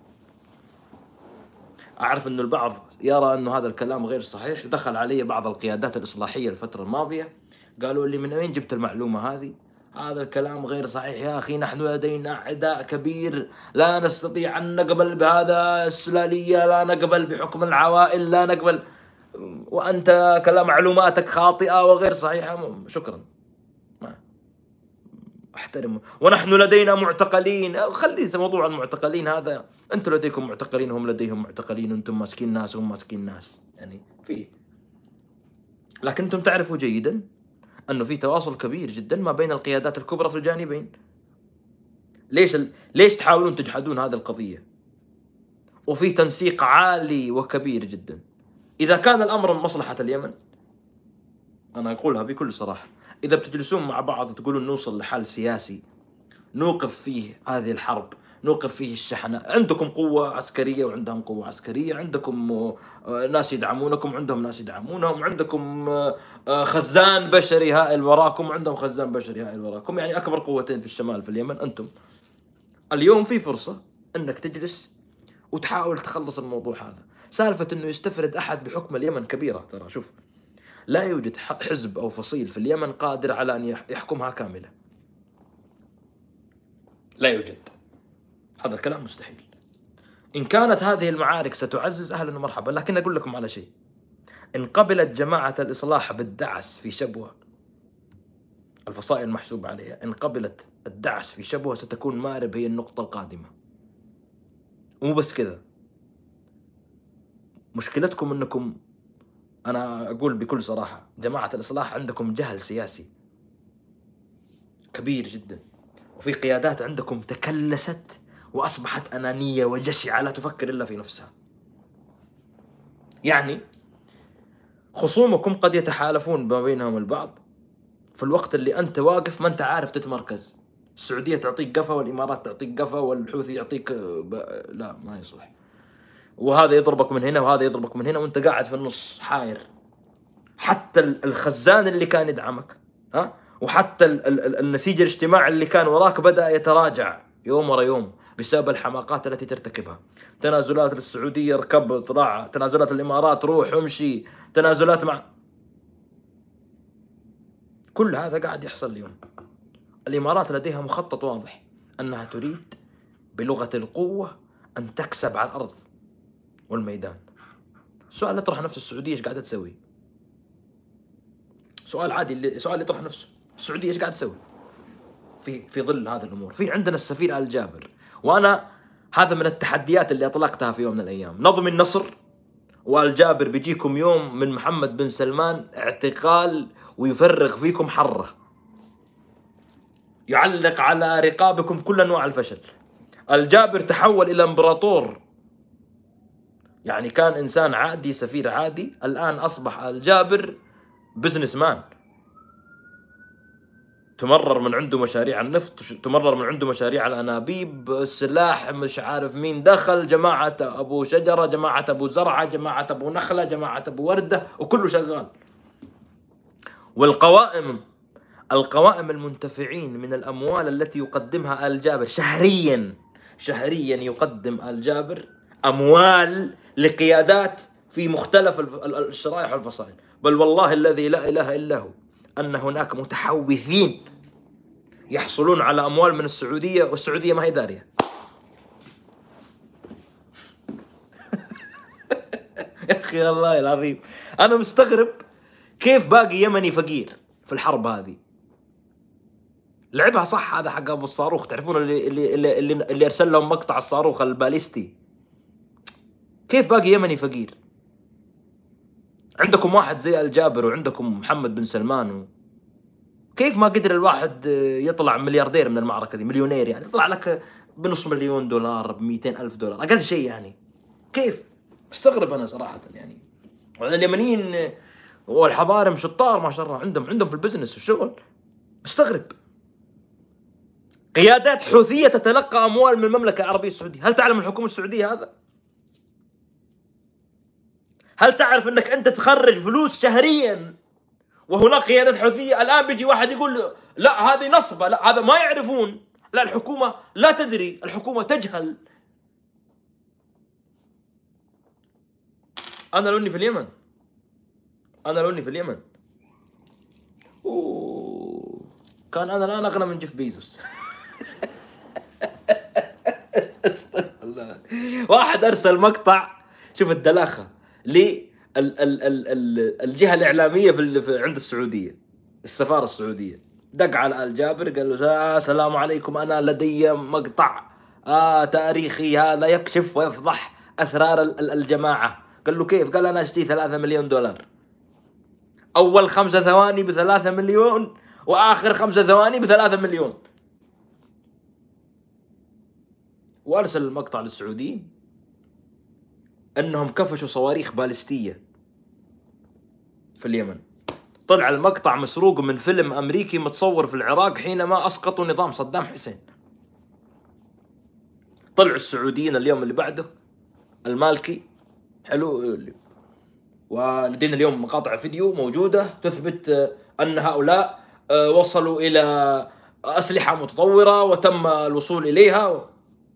Speaker 1: أعرف أن البعض يرى أن هذا الكلام غير صحيح. دخل علي بعض القيادات الإصلاحية الفترة الماضية قالوا لي: من وين جبت المعلومة هذه؟ هذا الكلام غير صحيح يا أخي، نحن لدينا عداء كبير، لا نستطيع أن نقبل بهذا السلالية، لا نقبل بحكم العوائل، لا نقبل، وأنت كلام معلوماتك خاطئة وغير صحيحة. شكرا، ما أحترم. ونحن لدينا معتقلين. خلي موضوع المعتقلين هذا، أنتم لديكم معتقلين، هم لديهم معتقلين، أنتم ماسكين ناس وهم ماسكين ناس، يعني فيه. لكن أنتم تعرفوا جيدا أنه في تواصل كبير جدا ما بين القيادات الكبرى في الجانبين. ليش ال... ليش تحاولون تجحدون هذه القضية؟ وفي تنسيق عالي وكبير جدا. إذا كان الأمر من مصلحة اليمن، أنا أقولها بكل صراحة، إذا بتجلسون مع بعض تقولون نوصل لحل سياسي نوقف فيه هذه الحرب، نوقف فيه الشحنة. عندكم قوة عسكرية وعندهم قوة عسكرية، عندكم ناس يدعمونكم عندهم ناس يدعمونهم، عندكم خزان بشري هائل وراكم وعندهم خزان بشري هائل وراكم، يعني أكبر قوتين في الشمال في اليمن أنتم. اليوم في فرصة أنك تجلس وتحاول تخلص الموضوع هذا. سالفة أنه يستفرد أحد بحكم اليمن كبيرة، ترى شوف، لا يوجد حزب أو فصيل في اليمن قادر على أن يحكمها كاملة، لا يوجد، هذا الكلام مستحيل. إن كانت هذه المعارك ستعزز أهلا ومرحبا، لكن أقول لكم على شيء، إن قبلت جماعة الإصلاح بالدعس في شبوة، الفصائل محسوب عليها، إن قبلت الدعس في شبوة ستكون مارب هي النقطة القادمة. ومو بس كذا، مشكلتكم أنكم، أنا أقول بكل صراحة، جماعة الإصلاح عندكم جهل سياسي كبير جدا، وفي قيادات عندكم تكلست وأصبحت أنانية وجشعة لا تفكر إلا في نفسها. يعني خصومكم قد يتحالفون ما بينهم البعض في الوقت اللي أنت واقف ما أنت عارف تتمركز. السعودية تعطيك قفا والإمارات تعطيك قفا والحوثي يعطيك ب... لا ما يصلح، وهذا يضربك من هنا وهذا يضربك من هنا وأنت قاعد في النص حاير. حتى الخزان اللي كان يدعمك، ها، وحتى ال ال النسيج الاجتماعي اللي كان وراك بدأ يتراجع يوم ورا يوم بسبب الحماقات التي ترتكبها. تنازلات السعودية ركب طلع، تنازلات الإمارات روح امشي، تنازلات مع، كل هذا قاعد يحصل اليوم. الإمارات لديها مخطط واضح أنها تريد بلغة القوة أن تكسب على الأرض والميدان. سؤال يطرح نفسه، السعودية إيش قاعدة تسوي؟ سؤال عادي، سؤال يطرح نفسه، السعودية إيش قاعدة تسوي في في ظل هذه الأمور؟ في عندنا السفير آل جابر، وأنا هذا من التحديات اللي أطلقتها في يوم من الأيام. نظم النصر وآل جابر بيجيكم يوم من محمد بن سلمان اعتقال ويفرغ فيكم حرة، يعلق على رقابكم كل أنواع الفشل. آل جابر تحول إلى إمبراطور، يعني كان إنسان عادي سفير عادي، الآن أصبح آل جابر بزنس مان، تمرر من عنده مشاريع النفط، تمرر من عنده مشاريع الأنابيب، السلاح، مش عارف مين دخل، جماعة أبو شجرة، جماعة أبو زرعة، جماعة أبو نخلة، جماعة أبو وردة، وكله شغال. والقوائم، القوائم المنتفعين من الأموال التي يقدمها آل جابر شهريا، شهريا يقدم آل جابر أموال لقيادات في مختلف الشرائح والفصائل. بل والله الذي لا إله إلا هو أن هناك متحوثين يحصلون على أموال من السعودية والسعودية ما هي دارية. يا أخي الله العظيم أنا مستغرب كيف باقي يمني فقير في الحرب هذه. لعبها صح هذا حق أبو الصاروخ، تعرفون اللي اللي اللي, اللي, اللي أرسل لهم مقطع الصاروخ الباليستي. كيف باقي يمني فقير؟ عندكم واحد زي آل جابر وعندكم محمد بن سلمان و... كيف ما قدر الواحد يطلع ملياردير من المعركة دي، مليونير يعني، يطلع لك بنص مليون دولار، بمئتين ألف دولار، أقل شيء يعني. كيف؟ استغرب أنا صراحة يعني. اليمنيين والحضارم شطار ما شاء الله، عندهم عندهم في البزنس والشغل. استغرب قيادات حوثية تتلقى أموال من المملكة العربية السعودية. هل تعلم الحكومة السعودية هذا؟ هل تعرف أنك أنت تخرج فلوس شهريا وهناك قيادات حوثية؟ الآن بيجي واحد يقول لا هذه نصبة، لا هذا ما يعرفون، لا الحكومة لا تدري، الحكومة تجهل. أنا لو إني في اليمن، أنا لو إني في اليمن أوه. كان أنا الآن أغنى من جيف بيزوس. واحد أرسل مقطع، شوف الدلاخة ليه ال ال ال ال الجهة الإعلامية في, في عند السعودية، السفارة السعودية، دق على آل جابر قال له آه السلام عليكم، أنا لدي مقطع آه تاريخي هذا يكشف ويفضح أسرار الجماعة. قال له كيف؟ قال أنا أشتري ثلاثة مليون دولار، أول خمسة ثواني بثلاثة مليون وآخر خمسة ثواني بثلاثة مليون. وأرسل المقطع للسعوديين أنهم كفشوا صواريخ باليستية في اليمن. طلع المقطع مسروق من فيلم أمريكي متصور في العراق حينما أسقطوا نظام صدام حسين. طلعوا السعوديين اليوم اللي بعده المالكي، حلو، ولدينا اليوم مقاطع فيديو موجودة تثبت أن هؤلاء وصلوا إلى أسلحة متطورة وتم الوصول إليها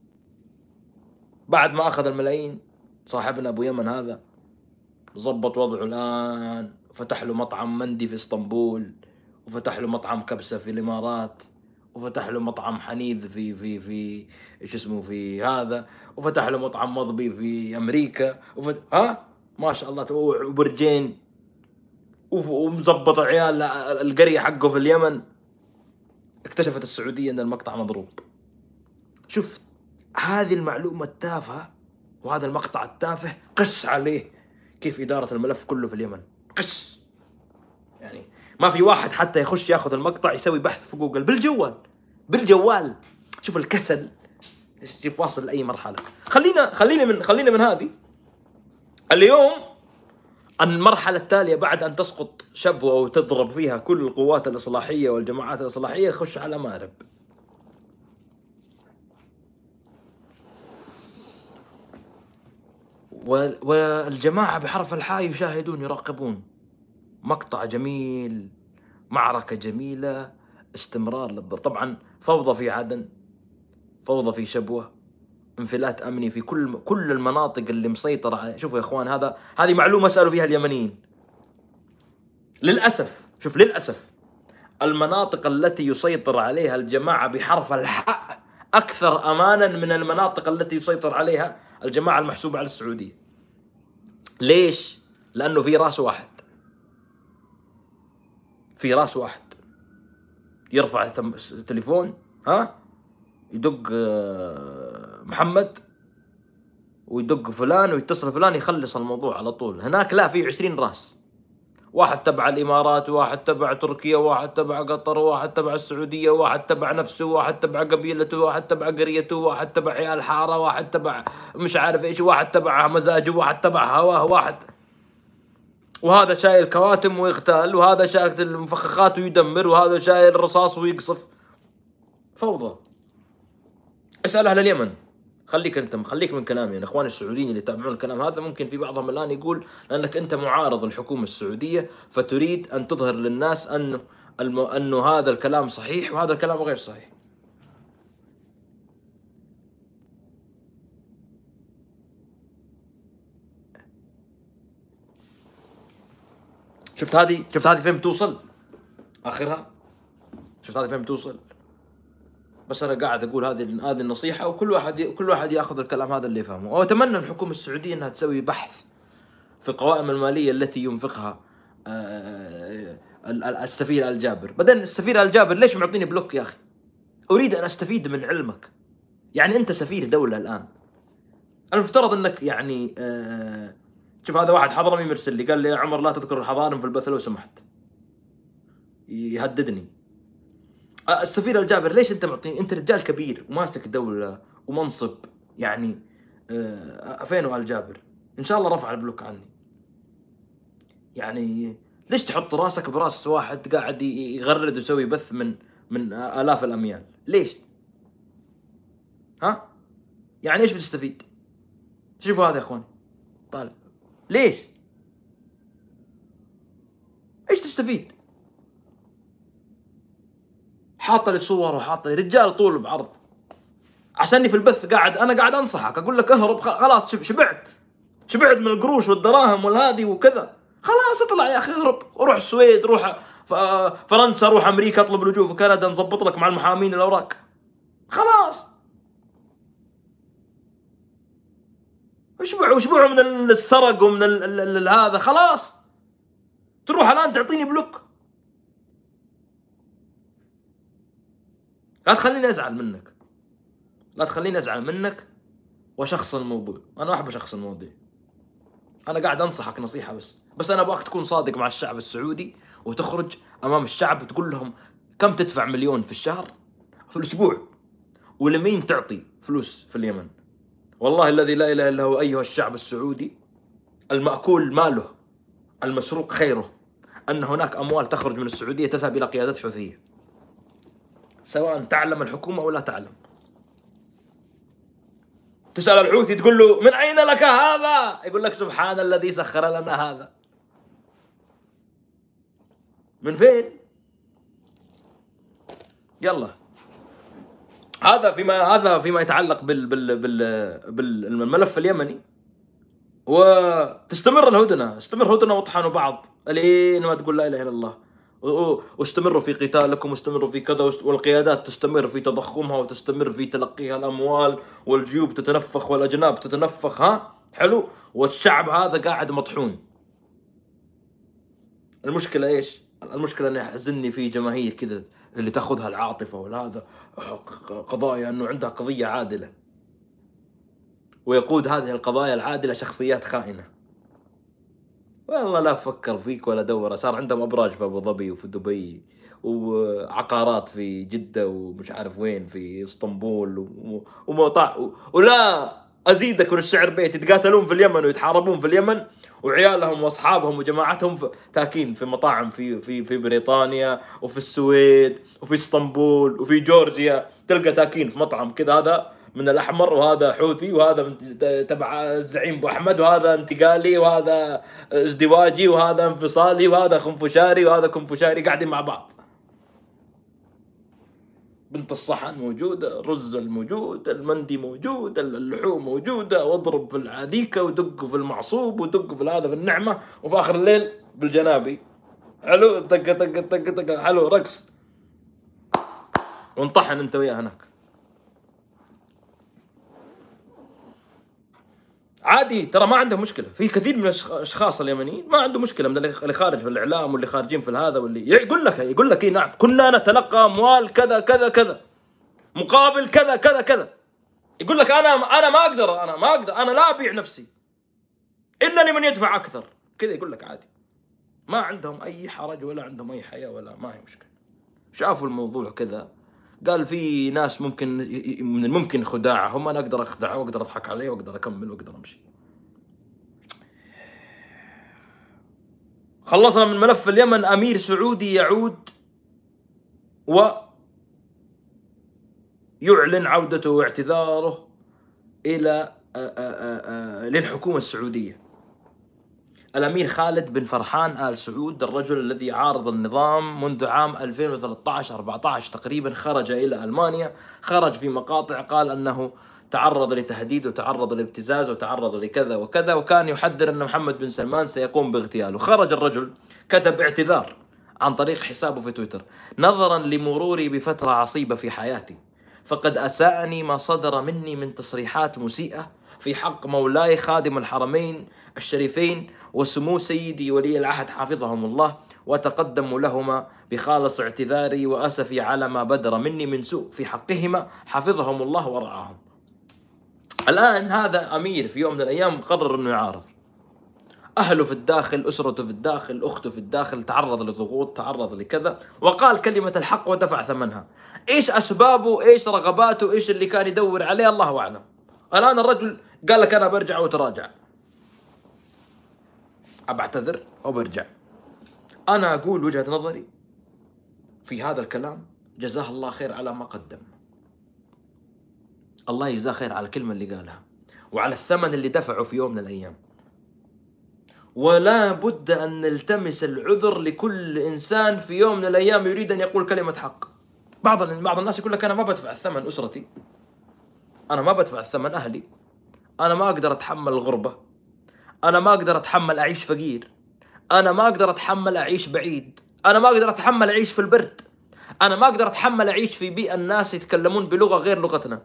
Speaker 1: بعد ما أخذ الملايين. صاحبنا أبو يمن هذا ضبط وضعه الآن، فتح له مطعم مندي في اسطنبول، وفتح له مطعم كبسة في الإمارات، وفتح له مطعم حنيذ في في في ايش اسمه في هذا، وفتح له مطعم مضبي في أمريكا، وفتح ها ما شاء الله، وبرجين، ومزبط عيال القرية حقه في اليمن. اكتشفت السعودية أن المقطع مضروب. شوف هذه المعلومة التافهة وهذا المقطع التافه قس عليه كيف إدارة الملف كله في اليمن، قس يعني ما في واحد حتى يخش ياخذ المقطع يسوي بحث في جوجل بالجوال بالجوال. شوف الكسل، شوف واصل لأي مرحلة. خلينا خلينا من خلينا من هذه اليوم. المرحلة التالية بعد أن تسقط شبوة وتضرب فيها كل القوات الإصلاحية والجماعات الإصلاحية، خش على مأرب. والجماعة بحرف الحاء يشاهدون يراقبون. مقطع جميل، معركة جميلة، استمرار للضرب. طبعا فوضى في عدن، فوضى في شبوة، انفلات أمني في كل كل المناطق اللي مسيطرة على. شوفوا يا إخوان، هذا هذه معلومة سألوا فيها اليمنيين. للأسف، شوف للأسف المناطق التي يسيطر عليها الجماعة بحرف الحاء أكثر أمانا من المناطق التي يسيطر عليها الجماعة المحسوبة على السعودية. ليش؟ لأنه في راس واحد، في راس واحد يرفع التليفون، ها يدق محمد ويدق فلان ويتصل فلان يخلص الموضوع على طول. هناك لا، في عشرين راس، واحد تبع الإمارات، واحد تبع تركيا، واحد تبع قطر، واحد تبع السعودية، واحد تبع نفسه، واحد تبع قبيلته، واحد تبع قريته، واحد تبع عيال حارة، واحد تبع مش عارف ايش، واحد تبع مزاجه، واحد تبع هواه، واحد. وهذا شايل كواتم ويغتال، وهذا شايل المفخخات ويدمر، وهذا شايل رصاص ويقصف. فوضى. اسأل أهل اليمن. خليك انت خليك من كلامي. يعني اخواني السعوديين اللي يتابعون الكلام هذا ممكن في بعضهم الان يقول لانك انت معارض الحكومه السعوديه فتريد ان تظهر للناس انه الم... انه هذا الكلام صحيح وهذا الكلام غير صحيح. شفت هذه شفت هذه فين بتوصل اخرها؟ شفت هذه فين بتوصل؟ بس انا قاعد اقول هذه هذه النصيحه، وكل واحد ي... كل واحد ياخذ الكلام هذا اللي يفهمه. واتمنى الحكومه السعوديه انها تسوي بحث في القوائم الماليه التي ينفقها السفير آل جابر. بعدين السفير آل جابر ليش معطيني بلوك يا اخي؟ اريد ان استفيد من علمك. يعني انت سفير دوله الان، المفترض انك يعني آه شوف هذا واحد حضرمي مرسل لي قال لي يا عمر لا تذكر الحضارم في البث لو سمحت، يهددني. السفير آل جابر ليش انت معطيني؟ انت رجال كبير وماسك دوله ومنصب، يعني آه فين آل جابر؟ ان شاء الله رفع البلوك عني. يعني ليش تحط راسك براس واحد قاعد يغرد ويسوي بث من من آلاف الأميال؟ ليش؟ ها؟ يعني ايش بتستفيد؟ شوفوا هذا يا اخوان، طالع ليش؟ ايش تستفيد؟ حاط لي صور وحاط لي رجال طول بعرض عشاني في البث قاعد انا قاعد انصحك اقول لك اهرب خلاص، شبعت شبعت من القروش والدراهم والهذي وكذا، خلاص اطلع يا اخي اهرب، روح السويد، روح فرنسا، روح امريكا، اطلب لجوء في كندا، نظبط لك مع المحامين الاوراق، خلاص اشبعوا اشبعوا من السرق ومن هذا، خلاص تروح الان تعطيني بلوك. لا تخليني ازعل منك، لا تخليني ازعل منك وشخص الموضوع. انا احب شخص المواضيع، انا قاعد انصحك نصيحه بس بس انا ابغاك تكون صادق مع الشعب السعودي وتخرج امام الشعب وتقول لهم كم تدفع مليون في الشهر في الاسبوع ولمين تعطي فلوس في اليمن. والله الذي لا اله الا هو ايها الشعب السعودي، المأكول ماله، المسروق خيره، ان هناك اموال تخرج من السعوديه تذهب الى قيادات حوثيه، سواء تعلم الحكومه ولا تعلم. تسأل الحوثي تقول له من أين لك هذا؟ يقول لك سبحان الذي سخر لنا هذا. من فين؟ يلا هذا فيما هذا فيما يتعلق بال بال بال بالملف اليمني. وتستمر الهدنة، استمر هدنة واطحنوا بعض لين ما تقول لا إله إلا الله، واستمروا في قتالكم واستمروا في كذا، والقيادات تستمر في تضخمها وتستمر في تلقيها الأموال، والجيوب تتنفخ والأجناب تتنفخ، ها حلو، والشعب هذا قاعد مطحون. المشكلة إيش؟ المشكلة أن يحزنني في جماهير كذا اللي تأخذها العاطفة وهذا قضايا، أنه عندها قضية عادلة، ويقود هذه القضايا العادلة شخصيات خائنة. والله لا فكر فيك ولا دور. صار عندهم أبراج في أبو ظبي وفي دبي، وعقارات في جدة ومش عارف وين في اسطنبول، ومطاع، ولا أزيدك من الشعر بيت يتقاتلون في اليمن ويتحاربون في اليمن، وعيالهم واصحابهم وجماعتهم تاكين في مطاعم في في في بريطانيا وفي السويد وفي اسطنبول وفي جورجيا. تلقى تاكين في مطعم كذا، هذا من الأحمر وهذا حوثي وهذا من تبع الزعيم أبو أحمد وهذا انتقالي وهذا ازدواجي وهذا انفصالي وهذا خنفشاري وهذا كنفشاري، قاعدين مع بعض. بنت الصحن موجودة، الرز الموجود، المندي موجود، اللحوم موجودة، واضرب في العديكة ودق في المعصوب ودق في هذا في النعمة، وفي آخر الليل بالجنابي حلو، طق طق طق طق حلو، رقص، وانطحن انت وياه هناك. عادي، ترى ما عنده مشكلة. في كثير من الاشخاص اليمنيين ما عنده مشكلة، من اللي خارج في الاعلام واللي خارجين في هذا، واللي يقول لك يقول لك اي نعم كنا نتلقى اموال كذا كذا كذا مقابل كذا كذا كذا. يقول لك انا انا ما اقدر انا ما اقدر انا لا ابيع نفسي الا لمن يدفع اكثر كذا. يقول لك عادي، ما عندهم اي حرج ولا عندهم اي حياة ولا ما هي مشكلة. شافوا الموضوع كذا، قال في ناس ممكن من الممكن خداعهم، انا اقدر اخدعه واقدر اضحك عليه واقدر اكمل واقدر امشي. خلصنا من ملف اليمن. امير سعودي يعود ويعلن عودته واعتذاره الى للحكومة السعودية. الامير خالد بن فرحان آل سعود، الرجل الذي عارض النظام منذ عام ألفين وثلاثة عشر أربعة عشر تقريبا، خرج الى المانيا، خرج في مقاطع قال انه تعرض لتهديد وتعرض لابتزاز وتعرض لكذا وكذا، وكان يحذر ان محمد بن سلمان سيقوم باغتياله. خرج الرجل كتب اعتذار عن طريق حسابه في تويتر: نظرا لمروري بفترة عصيبة في حياتي، فقد اساءني ما صدر مني من تصريحات مسيئة في حق مولاي خادم الحرمين الشريفين وسمو سيدي ولي العهد حفظهم الله، وتقدم لهما بخالص اعتذاري وأسفي على ما بدر مني من سوء في حقهما حفظهم الله ورعاهم. الآن هذا أمير في يوم من الأيام قرر أنه يعارض. أهله في الداخل، أسرته في الداخل، أخته في الداخل، تعرض لضغوط، تعرض لكذا، وقال كلمة الحق ودفع ثمنها. إيش أسبابه؟ إيش رغباته؟ إيش اللي كان يدور عليه؟ الله أعلم. الآن الرجل قال لك أنا برجع وتراجع، أبعتذر أو برجع. أنا أقول وجهة نظري في هذا الكلام، جزاه الله خير على ما قدم. الله يجزاه خير على الكلمة اللي قالها وعلى الثمن اللي دفعه في يوم من الأيام. ولا بد أن نلتمس العذر لكل إنسان في يوم من الأيام يريد أن يقول كلمة حق. بعض بعض الناس يقول لك أنا ما بدفع الثمن أسرتي، أنا ما بدفع الثمن أهلي، أنا ما أقدر أتحمل الغربة، أنا ما أقدر أتحمل أعيش فقير، أنا ما أقدر أتحمل أعيش بعيد، أنا ما أقدر أتحمل أعيش في البرد، أنا ما أقدر أتحمل أعيش في بيئة الناس يتكلمون بلغة غير لغتنا.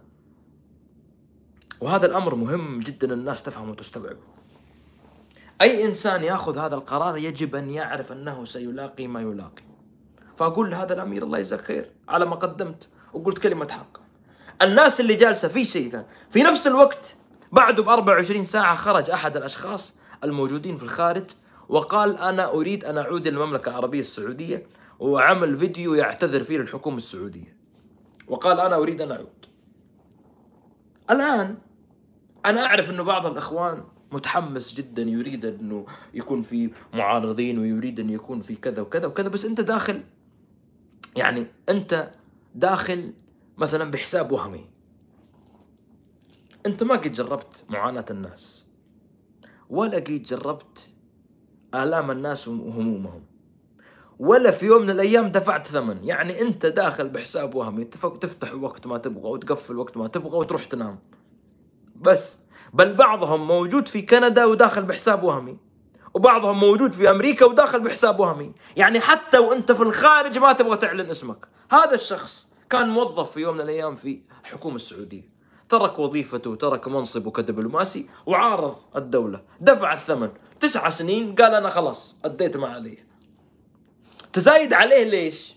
Speaker 1: وهذا الأمر مهم جدا الناس تفهم وتستوعب. أي إنسان يأخذ هذا القرار يجب أن يعرف أنه سيلاقي ما يلاقي. فأقول لهذا الأمير الله يجزاك خير على ما قدمت وقلت كلمة حق. الناس اللي جالسة في شيء ثاني في نفس الوقت، بعده بأربع وعشرين ساعة خرج أحد الأشخاص الموجودين في الخارج وقال أنا أريد أن أعود للمملكة العربية السعودية، وعمل فيديو يعتذر فيه للحكومة السعودية وقال أنا أريد أن أعود. الآن أنا أعرف أنه بعض الأخوان متحمس جدا، يريد أنه يكون في معارضين ويريد أن يكون في كذا وكذا وكذا، بس أنت داخل، يعني أنت داخل مثلا بحساب وهمي. انت ما قد جربت معاناة الناس، ولا قد جربت آلام الناس وهمومهم، ولا في يوم من الأيام دفعت ثمن. يعني أنت داخل بحساب وهمي، تفتح وقت ما تبغى وتقفل وقت ما تبغى وتروح تنام بس. بل بعضهم موجود في كندا وداخل بحساب وهمي، وبعضهم موجود في أمريكا وداخل بحساب وهمي. يعني حتى وأنت في الخارج ما تبغى تعلن اسمك. هذا الشخص كان موظف في يوم من الأيام في الحكومة السعودية، ترك وظيفته وترك منصبه كدبلوماسي وعارض الدولة، دفع الثمن تسع سنين، قال أنا خلاص أديت ما علي. تزايد عليه ليش؟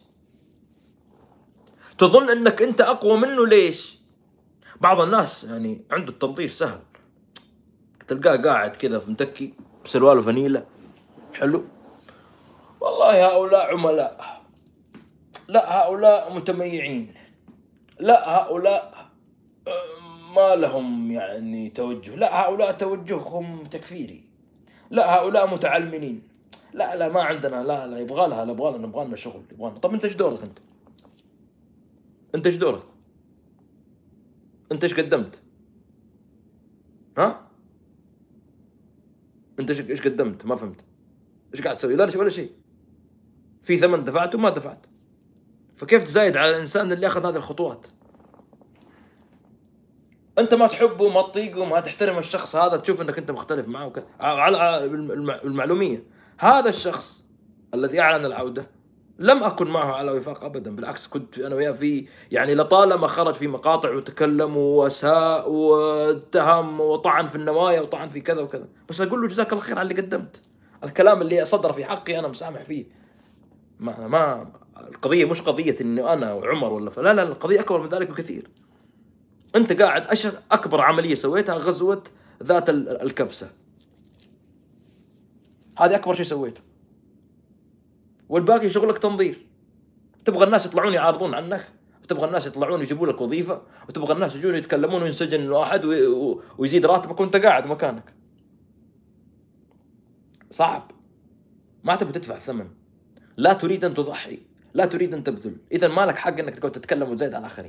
Speaker 1: تظن أنك أنت أقوى منه ليش؟ بعض الناس يعني عنده التنظير سهل، تلقاه قاعد كذا في متكي بسروال وفانيلة حلو، والله هؤلاء عملاء، لا هؤلاء متميعين، لا هؤلاء ما لهم يعني توجه، لا هؤلاء توجههم تكفيري، لا هؤلاء متعلمين، لا لا ما عندنا، لا لا يبغى لها، لا يبغى لنا، نبغى لنا شغل، يبغى لنا. طب انت ايش دورك؟ انت انت ايش دورك؟ انت ايش قدمت؟ ها؟ انت ايش قدمت؟ ما فهمت. ايش قاعد تسوي؟ لا شيء ولا شيء. في ثمن دفعته ما دفعت. فكيف تزايد على الانسان اللي اخذ هذه الخطوات؟ انت ما تحبه ما تطيقه ما تحترم الشخص هذا، تشوف انك انت مختلف معه وكذا. على المعلوميه، هذا الشخص الذي اعلن العوده لم اكن معه على وفاق ابدا، بالعكس كنت انا وياه في يعني لطالما خرج في مقاطع وتكلم واساء واتهم وطعن في النوايا وطعن في كذا وكذا، بس اقول له جزاك الله خير على اللي قدمت. الكلام اللي صدر في حقي انا مسامح فيه. ما ما القضيه مش قضيه انه انا وعمر ولا لا لا، القضيه اكبر من ذلك بكثير. انت قاعد أشر اكبر عمليه سويتها غزوه ذات الكبسه، هذه اكبر شيء سويته، والباقي شغلك تنظير. تبغى الناس يطلعون يعارضون عنك، وتبغى الناس يطلعون يجيبوا لك وظيفه، وتبغى الناس يجون يتكلمون وينسجن الواحد ويزيد راتبك وانت قاعد مكانك. صعب. ما تبغى تدفع ثمن، لا تريد ان تضحي، لا تريد ان تبذل، اذا ما لك حق انك تقعد تتكلم وتزايد على الاخرين.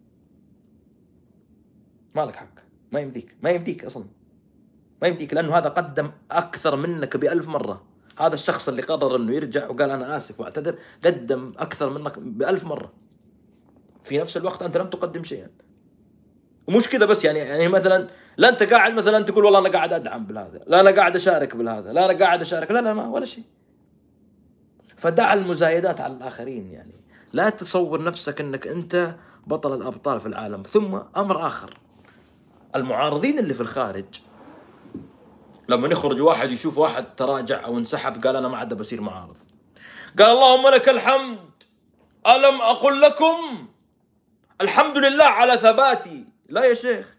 Speaker 1: ما لك حق، ما يمديك، ما يمديك اصلا، ما يمديك، لانه هذا قدم اكثر منك بألف مره. هذا الشخص اللي قرر انه يرجع وقال انا اسف واعتذر قدم اكثر منك بألف مره. في نفس الوقت انت لم تقدم شيئا. ومش كذا بس، يعني يعني مثلا لا انت قاعد مثلا تقول والله انا قاعد ادعم بالهذا، لا انا قاعد اشارك بالهذا، لا انا قاعد اشارك، لا لا ما ولا شيء. فدع المزايدات على الاخرين. يعني لا تصور نفسك انك انت بطل الابطال في العالم. ثم امر اخر، المعارضين اللي في الخارج لما يخرج واحد يشوف واحد تراجع او انسحب قال انا ما عاد بصير معارض، قال اللهم لك الحمد، ألم أقل لكم الحمد لله على ثباتي. لا يا شيخ،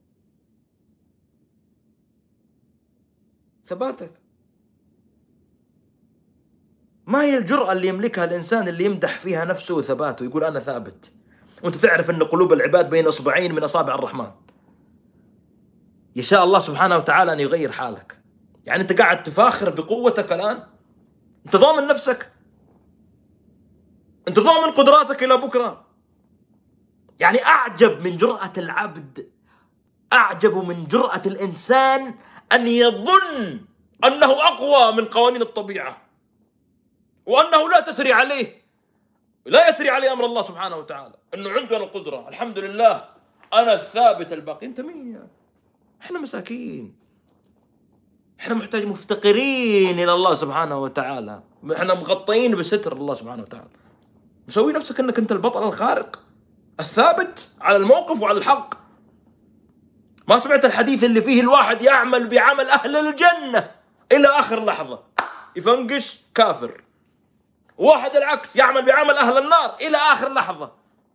Speaker 1: ثباتك ما هي الجرأة اللي يملكها الإنسان اللي يمدح فيها نفسه وثباته ويقول أنا ثابت، وأنت تعرف أن قلوب العباد بين إصبعين من أصابع الرحمن، يشاء الله سبحانه وتعالى أن يغير حالك. يعني أنت قاعد تفاخر بقوتك الآن، أنت ضامن نفسك، أنت ضامن قدراتك إلى بكرة. يعني أعجب من جرأة العبد، أعجب من جرأة الإنسان أن يظن أنه أقوى من قوانين الطبيعة، وأنه لا تسري عليه، لا يسري عليه أمر الله سبحانه وتعالى، أنه عنده القدرة الحمد لله أنا الثابت الباقي. أنت مين يعني؟ إحنا مساكين، إحنا محتاج مفتقرين إلى الله سبحانه وتعالى، إحنا مغطين بستر الله سبحانه وتعالى. مسوي نفسك أنك أنت البطل الخارق الثابت على الموقف وعلى الحق. ما سمعت الحديث اللي فيه الواحد يعمل بعمل أهل الجنة إلى آخر لحظة يفنقش كافر، واحد العكس يعمل بعمل أهل النار إلى آخر لحظة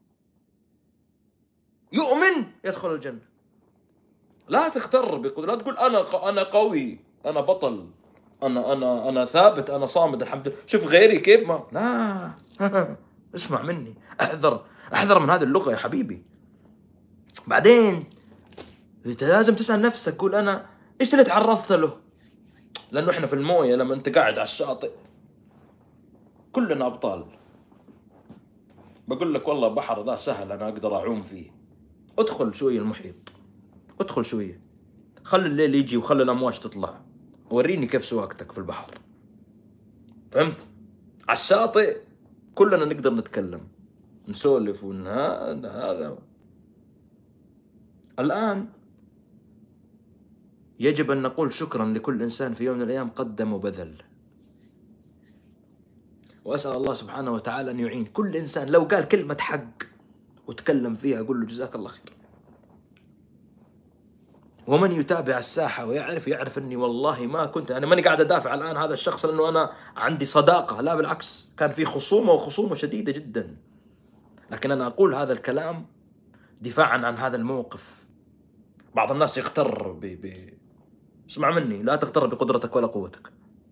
Speaker 1: يؤمن يدخل الجنة. لا تغتر بقدر، لا تقول أنا أنا قوي، أنا بطل، أنا أنا أنا ثابت، أنا صامد الحمد لله، شوف غيري كيف. ما لا اسمع مني، احذر احذر من هذه اللغة يا حبيبي. بعدين انت لازم تسأل نفسك، قول انا ايش اللي تعرضت له؟ لانه احنا في المويه لما انت قاعد على الشاطئ كلنا ابطال. بقول لك والله بحر ذا سهل انا اقدر اعوم فيه، ادخل شوي المحيط ادخل شويه، خلي الليل يجي وخلي الامواج تطلع، وريني كيف سواقتك في البحر. فهمت؟ على الشاطئ كلنا نقدر نتكلم نسولف ون هذا هذا. الآن يجب أن نقول شكرا لكل إنسان في يوم من الأيام قدم وبذل، وأسأل الله سبحانه وتعالى أن يعين كل إنسان لو قال كلمة حق وتكلم فيها أقول له جزاك الله خير. ومن يتابع الساحة ويعرف يعرف أني والله ما كنت، أنا ماني قاعد أدافع الآن هذا الشخص لأنه أنا عندي صداقة، لا بالعكس، كان في خصومة وخصومة شديدة جدا، لكن أنا أقول هذا الكلام دفاعا عن هذا الموقف. بعض الناس يغتر ب ب اسمع مني، لا تغتر بقدرتك ولا قوتك.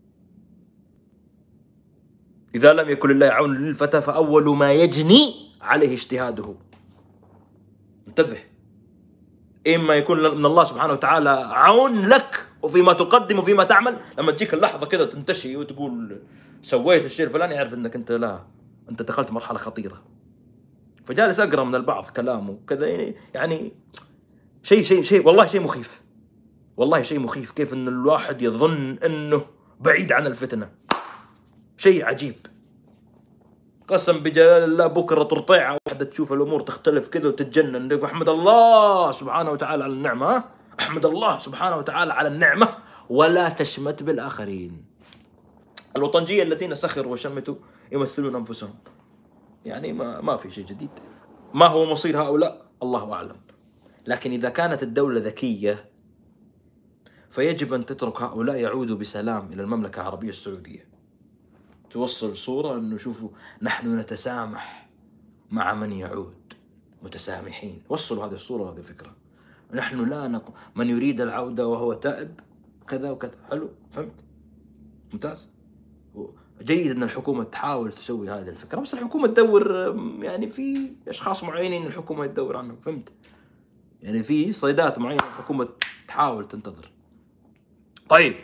Speaker 1: إذا لم يكن الله عون للفتى فأول ما يجني عليه اجتهاده. انتبه، إما يكون من الله سبحانه وتعالى عون لك وفيما تقدم وفيما تعمل، لما تجيك اللحظة كده تنتشي وتقول سويت الشيء الفلاني، يعرف أنك أنت لا، أنت دخلت مرحلة خطيرة. فجالس أقرأ من البعض كلامه كذا، يعني يعني شيء شيء شيء والله شيء مخيف، والله شيء مخيف، كيف أن الواحد يظن أنه بعيد عن الفتنة، شيء عجيب. قسم بجلال الله بكرة ترطيعة واحدة تشوف الأمور تختلف كذا وتتجنن، فأحمد الله سبحانه وتعالى على النعمة، أحمد الله سبحانه وتعالى على النعمة ولا تشمت بالآخرين. الوطنجية الذين سخروا وشمتوا يمثلون أنفسهم، يعني ما ما في شيء جديد. ما هو مصير هؤلاء الله أعلم، لكن إذا كانت الدولة ذكية فيجب أن تترك هؤلاء يعودوا بسلام إلى المملكة العربية السعودية، توصل صورة أنه شوفوا نحن نتسامح مع من يعود، متسامحين. وصلوا هذه الصورة وهذه الفكرة. نحن لا نق... من يريد العودة وهو تائب كذا وكذا. حلو، فهمت؟ ممتاز. جيد أن الحكومة تحاول تسوي هذه الفكرة، بس الحكومة تدور، يعني في أشخاص معينين الحكومة تدور عنهم، فهمت؟ يعني في صيدات معينة الحكومة تحاول تنتظر. طيب،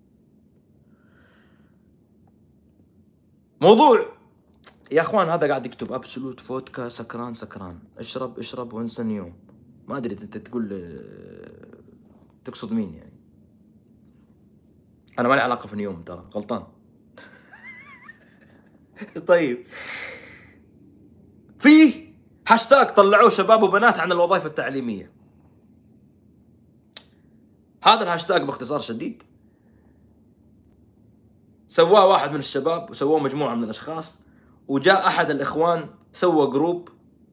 Speaker 1: موضوع يا اخوان هذا قاعد يكتب ابسولوت فودكا سكران سكران، اشرب اشرب وانسى اليوم. ما ادري انت تقول تقصد مين يعني؟ انا ما لي علاقه في اليوم، ترى غلطان. طيب، في هاشتاج طلعوه شباب وبنات عن الوظائف التعليميه. هذا الهاشتاج باختصار شديد سواه واحد من الشباب وسووه مجموعة من الأشخاص، وجاء أحد الإخوان سوى جروب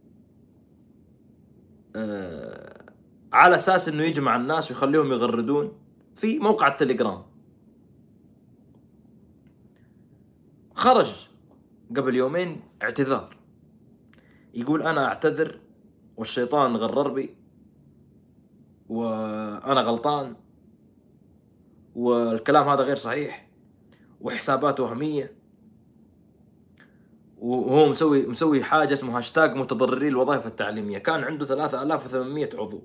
Speaker 1: آه على أساس أنه يجمع الناس ويخليهم يغردون في موقع التليجرام. خرج قبل يومين اعتذار، يقول أنا أعتذر والشيطان غرر بي وأنا غلطان والكلام هذا غير صحيح وحساباته وهمية، وهو مسوي مسوي حاجة اسمه هاشتاج متضرري الوظائف التعليمية. كان عنده ثلاثة آلاف وثمانمئة عضو.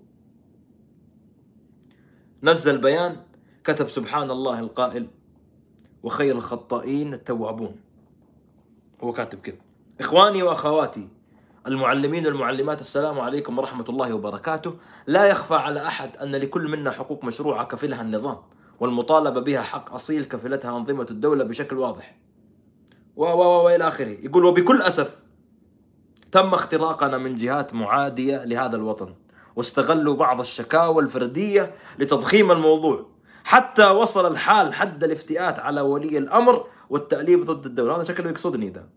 Speaker 1: نزل بيان كتب سبحان الله القائل وخير الخطائين التوابون. هو كاتب كذا: إخواني وأخواتي المعلمين والمعلمات، السلام عليكم ورحمة الله وبركاته. لا يخفى على أحد أن لكل منا حقوق مشروعة كفلها النظام، والمطالبة بها حق أصيل كفلتها أنظمة الدولة بشكل واضح، و و وإلى آخره. يقول وبكل أسف تم اختراقنا من جهات معادية لهذا الوطن، واستغلوا بعض الشكاوى الفردية لتضخيم الموضوع، حتى وصل الحال حد الافتئات على ولي الأمر والتأليب ضد الدولة. هذا شكله يقصدني ده.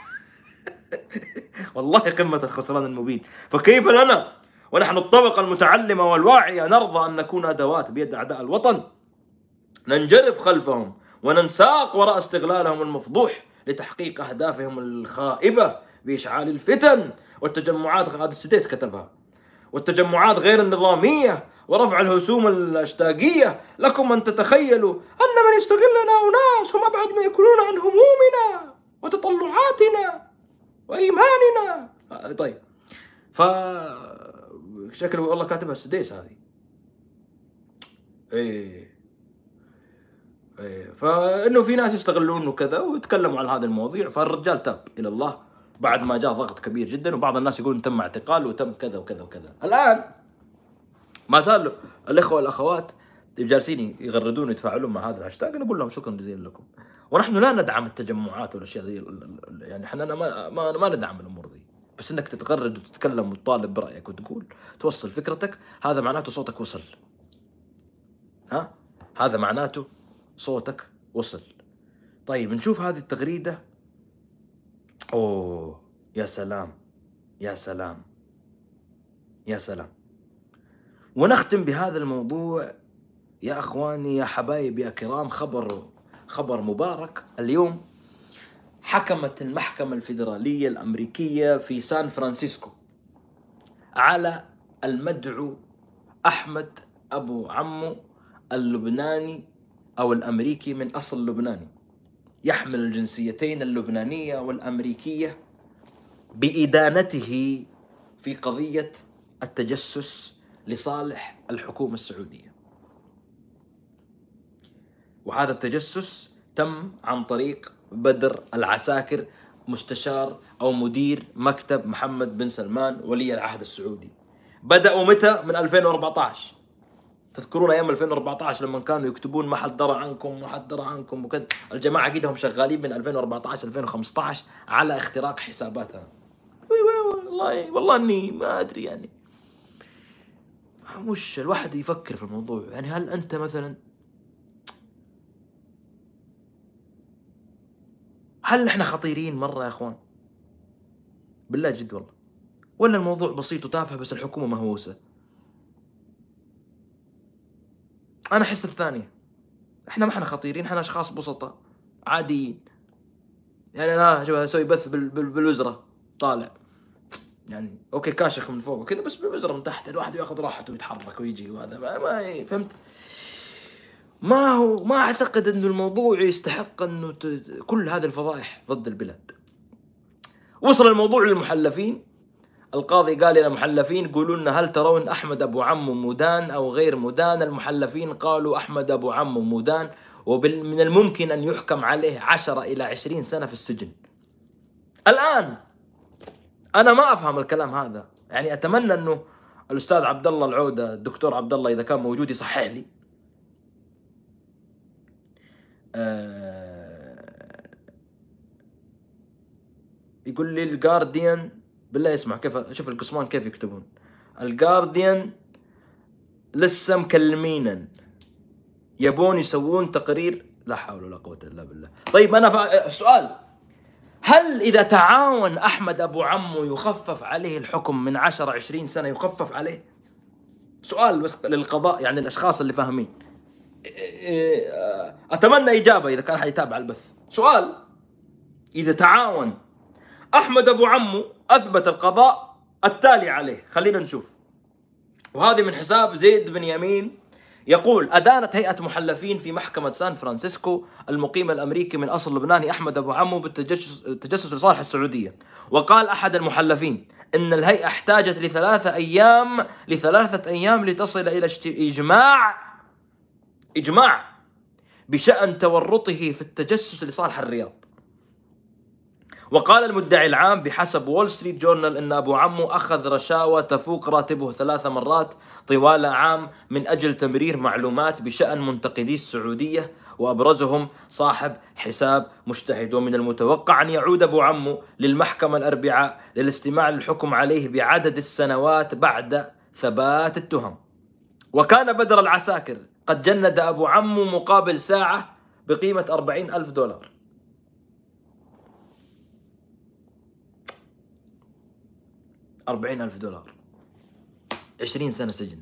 Speaker 1: والله قمة الخسران المبين. فكيف لنا ونحن الطبقة المتعلمة والواعية نرضى أن نكون أدوات بيد أعداء الوطن، ننجرف خلفهم وننساق وراء استغلالهم المفضوح لتحقيق أهدافهم الخائبة بإشعال الفتن والتجمعات، هذا السديس كتبها، والتجمعات غير النظامية ورفع الهسوم الاشتاقية. لكم أن تتخيلوا أن من يستغلنا أناس هم أبعد ما يكونون عن همومنا وتطلعاتنا وإيماننا. طيب، ف شكله والله كاتبها السديس هذه. إيه إيه فإنه في ناس يستغلون وكذا ويتكلموا عن هذه المواضيع. فالرجال تاب إلى الله بعد ما جاء ضغط كبير جدا، وبعض الناس يقولون تم اعتقاله وتم كذا وكذا وكذا. الآن ما زالوا الاخوه والاخوات جالسين يغردون ويتفاعلون مع هذا الهاشتاج، نقول لهم شكرا جزيلا لكم. ونحن لا ندعم التجمعات والاشياء ذي، يعني احنا ما ما, ما ندعم الامور ذي، بس انك تتغرد وتتكلم وتطالب برايك وتقول توصل فكرتك، هذا معناته صوتك وصل. ها؟ هذا معناته صوتك وصل. طيب نشوف هذه التغريده. اوه يا سلام يا سلام يا سلام. ونختم بهذا الموضوع يا اخواني يا حبايب يا كرام. خبر خبر مبارك. اليوم حكمت المحكمة الفيدرالية الأمريكية في سان فرانسيسكو على المدعو أحمد أبو عمو اللبناني أو الأمريكي من أصل لبناني، يحمل الجنسيتين اللبنانية والأمريكية، بإدانته في قضية التجسس لصالح الحكومة السعودية. وهذا التجسس تم عن طريق بدر العساكر، مستشار أو مدير مكتب محمد بن سلمان ولي العهد السعودي. بدأوا متى؟ من ألفين وأربعة عشر. تذكرون أيام ألفين وأربعة عشر لما كانوا يكتبون ما حد درى عنكم ما حد درى عنكم وكذا. الجماعة قيدهم شغالين من ألفين وأربعة عشر ألفين وخمسة عشر على اختراق حساباتها. والله والله إني ما أدري، يعني مش الواحد يفكر في الموضوع. يعني هل أنت مثلا، هل احنا خطيرين مرة يا اخوان؟ بالله جد والله، ولا الموضوع بسيط وتافه بس الحكومة مهووسة؟ انا احس الثانية. احنا ما احنا خطيرين، احنا اشخاص بسطاء عاديين. يعني انا شوف اسوي بث بال بال بالوزرة طالع، يعني اوكي كاشخ من فوق وكذا، بس بالوزرة من تحت الواحد ياخذ راحته ويتحرك ويجي، وهذا ما, ما فهمت. ما هو ما اعتقد انه الموضوع يستحق انه ت... كل هذه الفضائح ضد البلاد. وصل الموضوع للمحلفين. القاضي قال يا محلفين قولوا لنا هل ترون احمد ابو عمو مدان او غير مدان؟ المحلفين قالوا احمد ابو عمو مدان، ومن الممكن ان يحكم عليه عشرة الى عشرين سنة في السجن. الان انا ما افهم الكلام هذا، يعني اتمنى انه الاستاذ عبد الله العودة، الدكتور عبد الله اذا كان موجود يصحح لي. آه يقول لي الجارديان، بالله اسمع كيف، شوف القسمان كيف يكتبون. الجارديان لسه مكلمينا يبون يسوون تقرير. لا حول ولا قوة الا بالله. طيب انا فا... السؤال، هل اذا تعاون احمد ابو عمو يخفف عليه الحكم من عشرة عشرين سنة؟ يخفف عليه؟ سؤال بس للقضاء، يعني الاشخاص اللي فاهمين. اتمنى اجابة اذا كان حيتابع البث. سؤال، اذا تعاون احمد ابو عمو اثبت القضاء التالي عليه. خلينا نشوف. وهذه من حساب زيد بن يمين، يقول أدانت هيئة محلفين في محكمة سان فرانسيسكو المقيم الأمريكي من أصل لبناني أحمد أبو عمو بالتجسس التجسس لصالح السعودية. وقال أحد المحلفين إن الهيئة احتاجت لثلاثة أيام لثلاثة أيام لتصل إلى إجماع إجماع بشأن تورطه في التجسس لصالح الرياض. وقال المدعي العام بحسب وول ستريت جورنال أن أبو عمو أخذ رشاوى تفوق راتبه ثلاث مرات طوال عام من أجل تمرير معلومات بشأن منتقدي السعودية، وأبرزهم صاحب حساب مجتهد. ومن المتوقع أن يعود أبو عمو للمحكمة الأربعاء للاستماع للحكم عليه بعدد السنوات بعد ثبات التهم. وكان بدر العساكر قد جند أبو عمو مقابل ساعة بقيمة أربعين ألف دولار. أربعين ألف دولار، عشرين سنة سجن.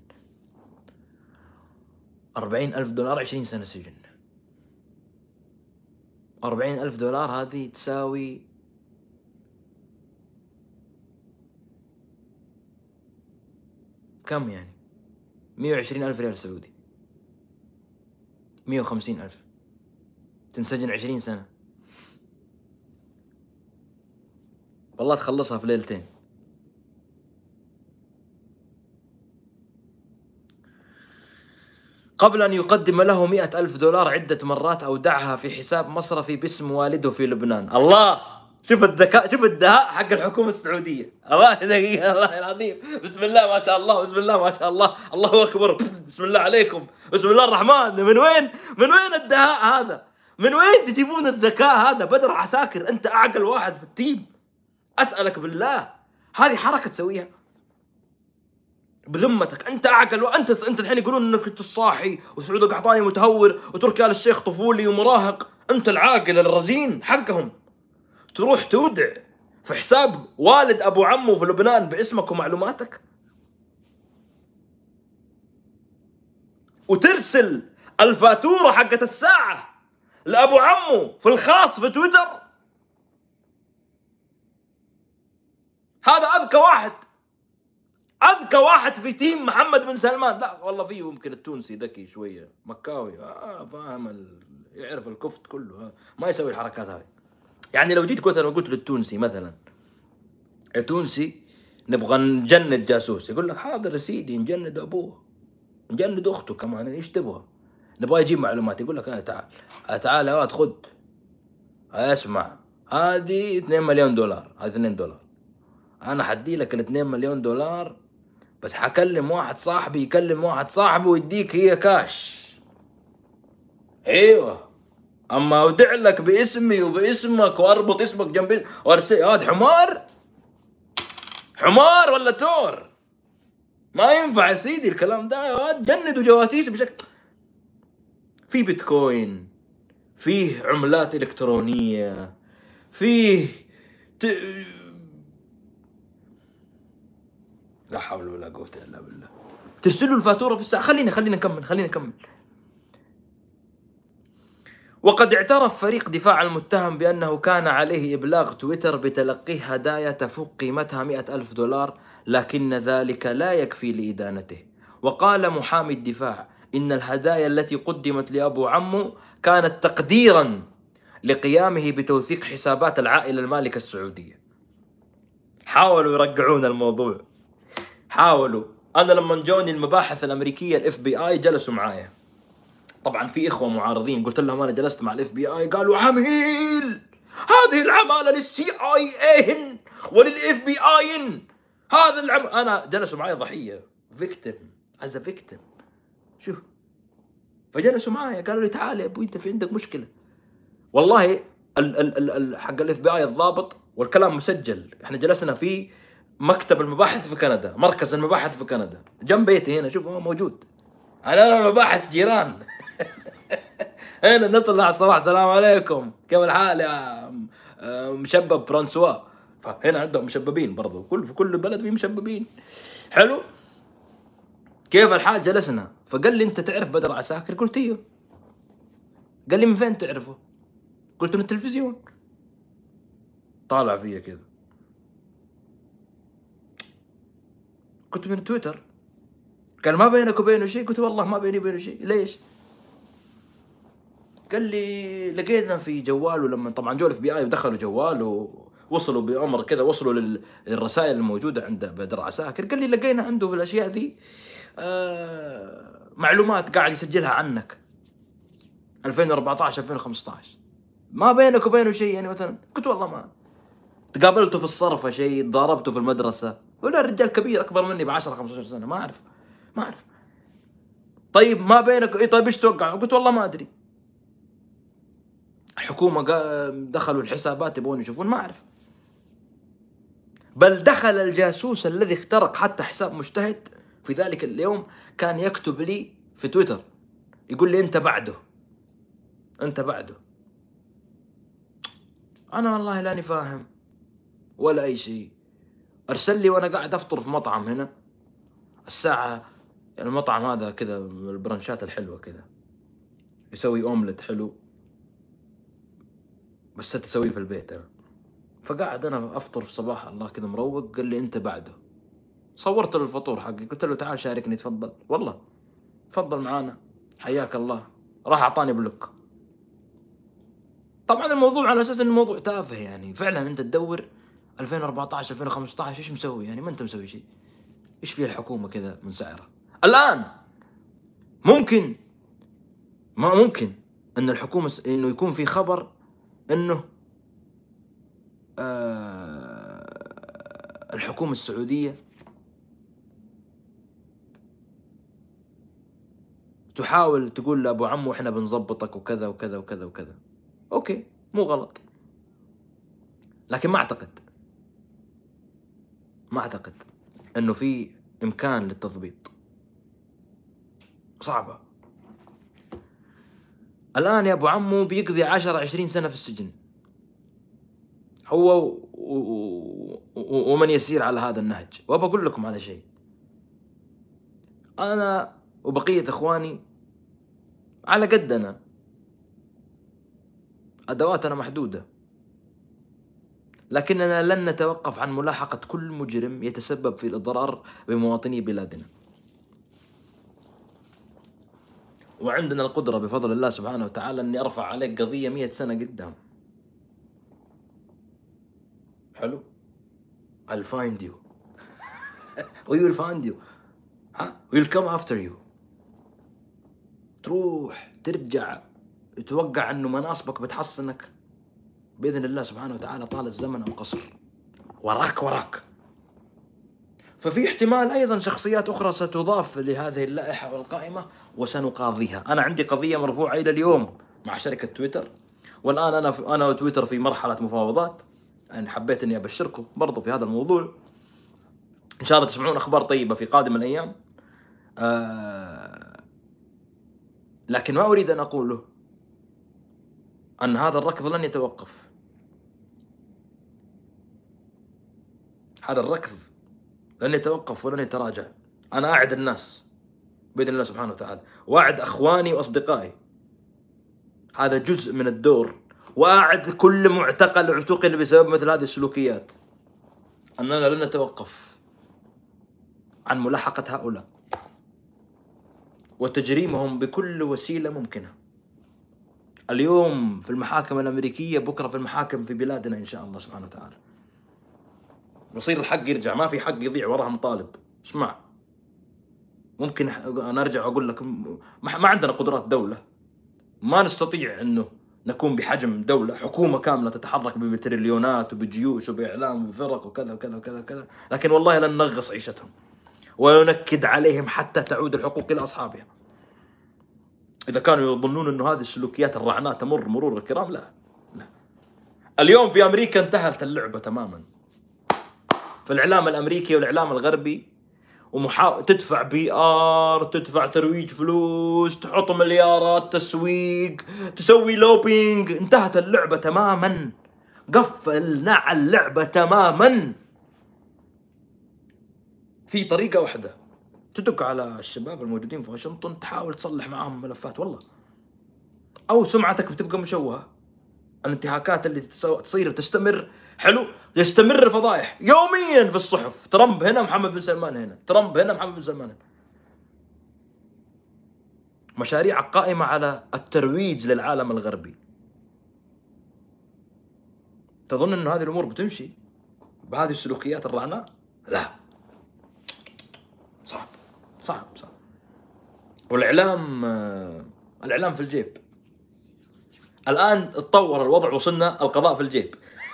Speaker 1: أربعين ألف دولار، عشرين سنة سجن. أربعين ألف دولار هذه تساوي كم يعني؟ مية وعشرين ألف ريال سعودي، مية وخمسين ألف. تنسجن عشرين سنة، والله تخلصها في ليلتين. قبل أن يقدم له مئة ألف دولار عدة مرات أودعها في حساب مصرفي باسم والده في لبنان. الله، شوف الذكاء، شوف الدهاء حق الحكومة السعودية. الله دقيقة، الله العظيم، بسم الله ما شاء الله، بسم الله ما شاء الله، الله أكبر، بسم الله عليكم، بسم الله الرحمن. من وين من وين الدهاء هذا؟ من وين تجيبون الذكاء هذا؟ بدر عساكر أنت أعقل واحد في التيم، أسألك بالله، هذه حركة تسويها بذمتك؟ أنت أعقل، وأنت أنت الحين يقولون إنك أنت الصاحي وسعود القحطاني متهور وتركي آل الشيخ طفولي ومراهق. أنت العاقل الرزين حقهم، تروح تودع في حساب والد أبو عمه في لبنان باسمك ومعلوماتك، وترسل الفاتورة حقت الساعة لأبو عمه في الخاص في تويتر. هذا أذكى واحد، أذكى واحد في تيم محمد بن سلمان. لا والله فيه يمكن التونسي ذكي شوية، مكاوي، آه فاهم ال... يعرف الكفت كله، آه ما يسوي الحركات هذه. يعني لو جيت قلت، لو قلت للتونسي مثلا، يا تونسي نبغى نجند جاسوس، يقول لك حاضر يا سيدي، نجند ابوه، نجند اخته كمان، ايش تبغى؟ نبغى يجيب معلومات، يقول لك آه تعال آه تعال يا واد خذ، آه اسمع، هذه اثنين مليون دولار، هذه اثنين دولار، انا حدي لك ال اثنين مليون دولار، بس حكلم واحد صاحبي يكلم واحد صاحبه ويديك هي كاش. ايوه، اما اودع لك باسمي وباسمك واربط اسمك جنب وارسل، هذا حمار، حمار ولا تور؟ ما ينفع يا سيدي الكلام ده. جندوا جواسيس بشكل، في بيتكوين، فيه عملات الكترونيه، فيه ت... لا حول ولا قوه الا بالله. ترسلوا الفاتوره في الساعه. خلينا خلينا نكمل خلينا نكمل. وقد اعترف فريق دفاع المتهم بأنه كان عليه إبلاغ تويتر بتلقيه هدايا تفوق قيمتها مئة ألف دولار، لكن ذلك لا يكفي لإدانته. وقال محامي الدفاع إن الهدايا التي قدمت لأبو عمو كانت تقديرا لقيامه بتوثيق حسابات العائلة المالكة السعودية. حاولوا يرجعون الموضوع، حاولوا. أنا لما جوني المباحث الأمريكية الاف بي آي جلسوا معايا، طبعا في اخوه معارضين، قلت لهم انا جلست مع الاف بي اي، قالوا عميل، هذه العماله للسي اي اي وللاف بي اي، هذا العم... انا جلسوا معي ضحيه، فيكتم از فيكتم. شوف، فجلسوا معي قالوا لي تعال يا ابوي انت في عندك مشكله. والله ال ال ال ال حق الاف بي اي الضابط، والكلام مسجل، احنا جلسنا في مكتب المباحث في كندا، مركز المباحث في كندا جنب بيتي هنا، شوف هو موجود، انا المباحث جيران. هنا نطلع الصباح السلام عليكم كيف الحال يا مشبب فرانسوا، فهنا عندهم مشببين برضو، كل في كل بلد في مشببين. حلو، كيف الحال؟ جلسنا، فقال لي انت تعرف بدر عساكر؟ قلت ايوه. قال لي من فين تعرفه؟ قلت من التلفزيون. طالع فيا كذا، قلت من تويتر. قال ما بينك وبينه شيء؟ قلت والله ما بيني وبينه شيء. ليش؟ قال لي لقينا في جواله، لما طبعا جو الاف بي اي ودخلوا جواله ووصلوا بامر كذا، وصلوا للرسائل الموجوده عند بدر عساكر، قال لي لقينا عنده في الاشياء ذي آه معلومات قاعد يسجلها عنك ألفين وأربعطعش ألفين وخمسطعش، ما بينك وبينه شيء يعني مثلا؟ قلت والله ما تقابلته في الصرفه شيء، ضاربته في المدرسه، ولا الرجال كبير اكبر مني ب عشرة خمسة عشر سنه، ما اعرف ما اعرف. طيب ما بينك اي طيب ايش توقع؟ قلت والله ما ادري. الحكومة دخلوا الحسابات يبغون يشوفون، ما أعرف. بل دخل الجاسوس الذي اخترق حتى حساب مجتهد في ذلك اليوم، كان يكتب لي في تويتر يقول لي أنت بعده، أنت بعده. أنا والله لاني فاهم ولا أي شيء. أرسل لي وأنا قاعد أفطر في مطعم هنا الساعة، يعني المطعم هذا كذا من البرنشات الحلوة كذا، يسوي أوملت حلو بس تسويه في البيت أنا. فقاعد أنا أفطر في صباح الله كذا مروق، قال لي أنت بعده. صورت له الفطور حقي، قلت له تعال شاركني، تفضل والله تفضل معانا حياك الله. راح أعطاني بلوك. طبعا الموضوع على أساس إنه موضوع تافه، يعني فعلا أنت تدور ألفين وأربعطعش ألفين وخمسطعش إيش مسوي؟ يعني ما أنت مسوي شيء. إيش فيها الحكومة كذا من سعرها؟ الآن ممكن ما ممكن إن الحكومة إنه يكون في خبر إنه آه الحكومة السعودية تحاول تقول لأبو عمو إحنا بنظبطك وكذا وكذا وكذا وكذا. أوكي، مو غلط، لكن ما أعتقد ما أعتقد إنه في إمكان للتضبيط. صعبة. الآن يا أبو عمو بيقضي عشرة عشرين سنة في السجن، هو و... و... و... ومن يسير على هذا النهج. وبقول لكم على شيء، أنا وبقية إخواني على قدنا، أدواتنا محدودة، لكننا لن نتوقف عن ملاحقة كل مجرم يتسبب في الإضرار بمواطني بلادنا. وعندنا القدرة بفضل الله سبحانه وتعالى أني أرفع عليك قضية مئة سنة قدام. حلو؟ I'll find you we will find you ها we'll come after you. تروح ترجع توقع أنه مناصبك بتحصنك بإذن الله سبحانه وتعالى طال الزمن أو قصر، وراك وراك. ففي احتمال أيضا شخصيات أخرى ستضاف لهذه اللائحة والقائمة وسنقاضيها. أنا عندي قضية مرفوعة إلى اليوم مع شركة تويتر، والآن أنا في أنا وتويتر في مرحلة مفاوضات. يعني حبيت إني أبشركم برضو في هذا الموضوع، إن شاء الله تسمعون أخبار طيبة في قادم الأيام. آه لكن ما أريد أن أقوله أن هذا الركض لن يتوقف. هذا الركض لن يتوقف ولن يتراجع. أنا أعد الناس بإذن الله سبحانه وتعالى، وأعد أخواني وأصدقائي، هذا جزء من الدور، وأعد كل معتقل اعتقل بسبب مثل هذه السلوكيات، أننا لن نتوقف عن ملاحقة هؤلاء وتجريمهم بكل وسيلة ممكنة. اليوم في المحاكم الأمريكية، بكرة في المحاكم في بلادنا إن شاء الله سبحانه وتعالى. يصير الحق يرجع، ما في حق يضيع وراها مطالب. اسمع، ممكن أنا أرجع أقول لك ما عندنا قدرات دولة، ما نستطيع أنه نكون بحجم دولة، حكومة كاملة تتحرك بتريليونات وبجيوش وبإعلام وبفرق وكذا وكذا وكذا وكذا، لكن والله لن نغص عيشتهم وننكد عليهم حتى تعود الحقوق إلى أصحابها. إذا كانوا يظنون أنه هذه السلوكيات الرعناء تمر مرور الكرام، لا لا. اليوم في أمريكا انتهت اللعبة تماما، في الإعلام الأمريكي والإعلام الغربي، ومحاول تدفع بي آر، تدفع ترويج فلوس، تحط مليارات تسويق، تسوي لوبينج. انتهت اللعبة تماما، قفلنا اللعبة تماما. في طريقة واحدة تدق على الشباب الموجودين في واشنطن، تحاول تصلح معاهم ملفات والله، أو سمعتك بتبقى مشوهة. الانتهاكات اللي تصير وتستمر، حلو، يستمر فضايح يوميا في الصحف، ترامب هنا، محمد بن سلمان هنا، ترامب هنا، محمد بن سلمان هنا. مشاريع قائمة على الترويج للعالم الغربي. تظن أن هذه الأمور بتمشي بهذه السلوكيات الرعناء؟ لا، صعب صعب صعب. والإعلام الإعلام في الجيب. الآن اتطور الوضع، وصلنا القضاء في الجيب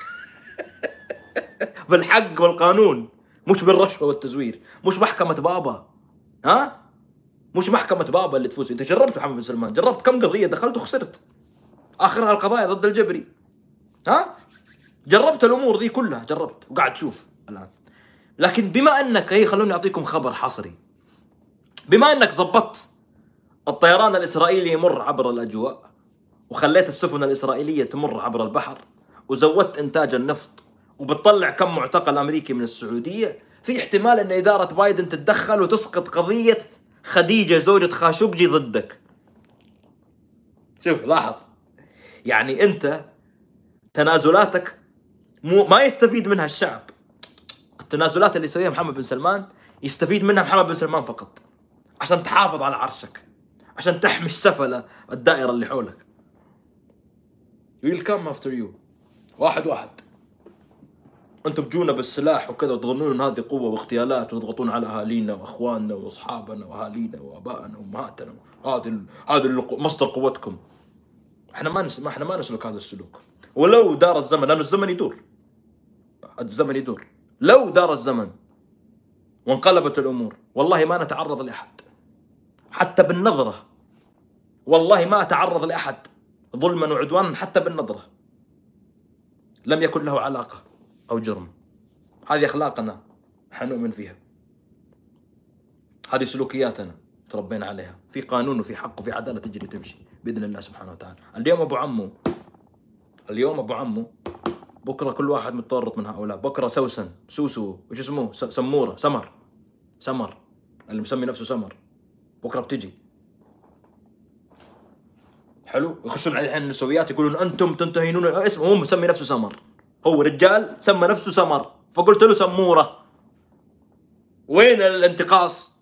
Speaker 1: بالحق والقانون، مش بالرشوة والتزوير، مش محكمة بابا، ها؟ مش محكمة بابا اللي تفوز. انت جربت محمد بن سلمان، جربت كم قضية دخلت وخسرت، آخرها القضايا ضد الجبري، ها؟ جربت الأمور ذي كلها، جربت وقاعد تشوف الآن. لكن بما أنك، هي خلوني أعطيكم خبر حصري، بما أنك ضبطت الطيران الإسرائيلي يمر عبر الأجواء، وخليت السفن الإسرائيلية تمر عبر البحر، وزودت إنتاج النفط، وبتطلع كم معتقل أمريكي من السعودية، في احتمال أن إدارة بايدن تتدخل وتسقط قضية خديجة زوجة خاشقجي ضدك. شوف، لاحظ، يعني أنت تنازلاتك مو ما يستفيد منها الشعب. التنازلات اللي يسويها محمد بن سلمان يستفيد منها محمد بن سلمان فقط، عشان تحافظ على عرشك، عشان تحمي السفلة الدائرة اللي حولك. We'll come after you، واحد واحد. أنتم بجونا بالسلاح وكذا وتظنون أن هذه قوة واغتيالات، وتضغطون على أهالينا وأخواننا وأصحابنا وأهالينا وأبائنا وأمهاتنا. هذا هذا مصدر قوتكم. إحنا ما نس... ما إحنا ما نسلك هذا السلوك، ولو دار الزمن، لأن الزمن يدور. الزمن يدور، لو دار الزمن وانقلبت الأمور والله ما نتعرض لأحد حتى بالنظرة، والله ما أتعرض لأحد ظلما وعدوانا حتى بالنظرة لم يكن له علاقة أو جرم. هذه أخلاقنا حنؤمن فيها، هذه سلوكياتنا تربينا عليها، في قانون وفي حق وفي عدالة تجري تمشي بإذن الله سبحانه وتعالى. اليوم أبو عمو، اليوم أبو عمو، بكرة كل واحد متورط من هؤلاء، بكرة سوسن، سوسو، وش اسمه، سمورة، سمر، سمر اللي مسمي نفسه سمر، بكرة بتجي. حلو، يخشون على الحين النسويات يقولون أنتم تنتهنون اسمه، هو مسمي نفسه سمر، هو رجال سمى نفسه سمر، فقلت له سمورة. وين الانتقاص؟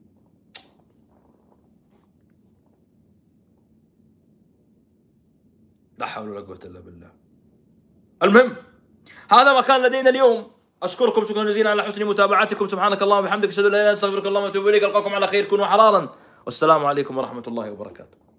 Speaker 1: لا حول ولا قوة إلا بالله. المهم هذا ما كان لدينا اليوم، أشكركم شكرا جزيلا على حسن متابعتكم، سبحانك اللهم وبحمدك أشهد أن لا إله إلا أنت أستغفرك اللهم وأتوب إليك، ألقاكم على خير، كونوا حرارا، والسلام عليكم ورحمة الله وبركاته.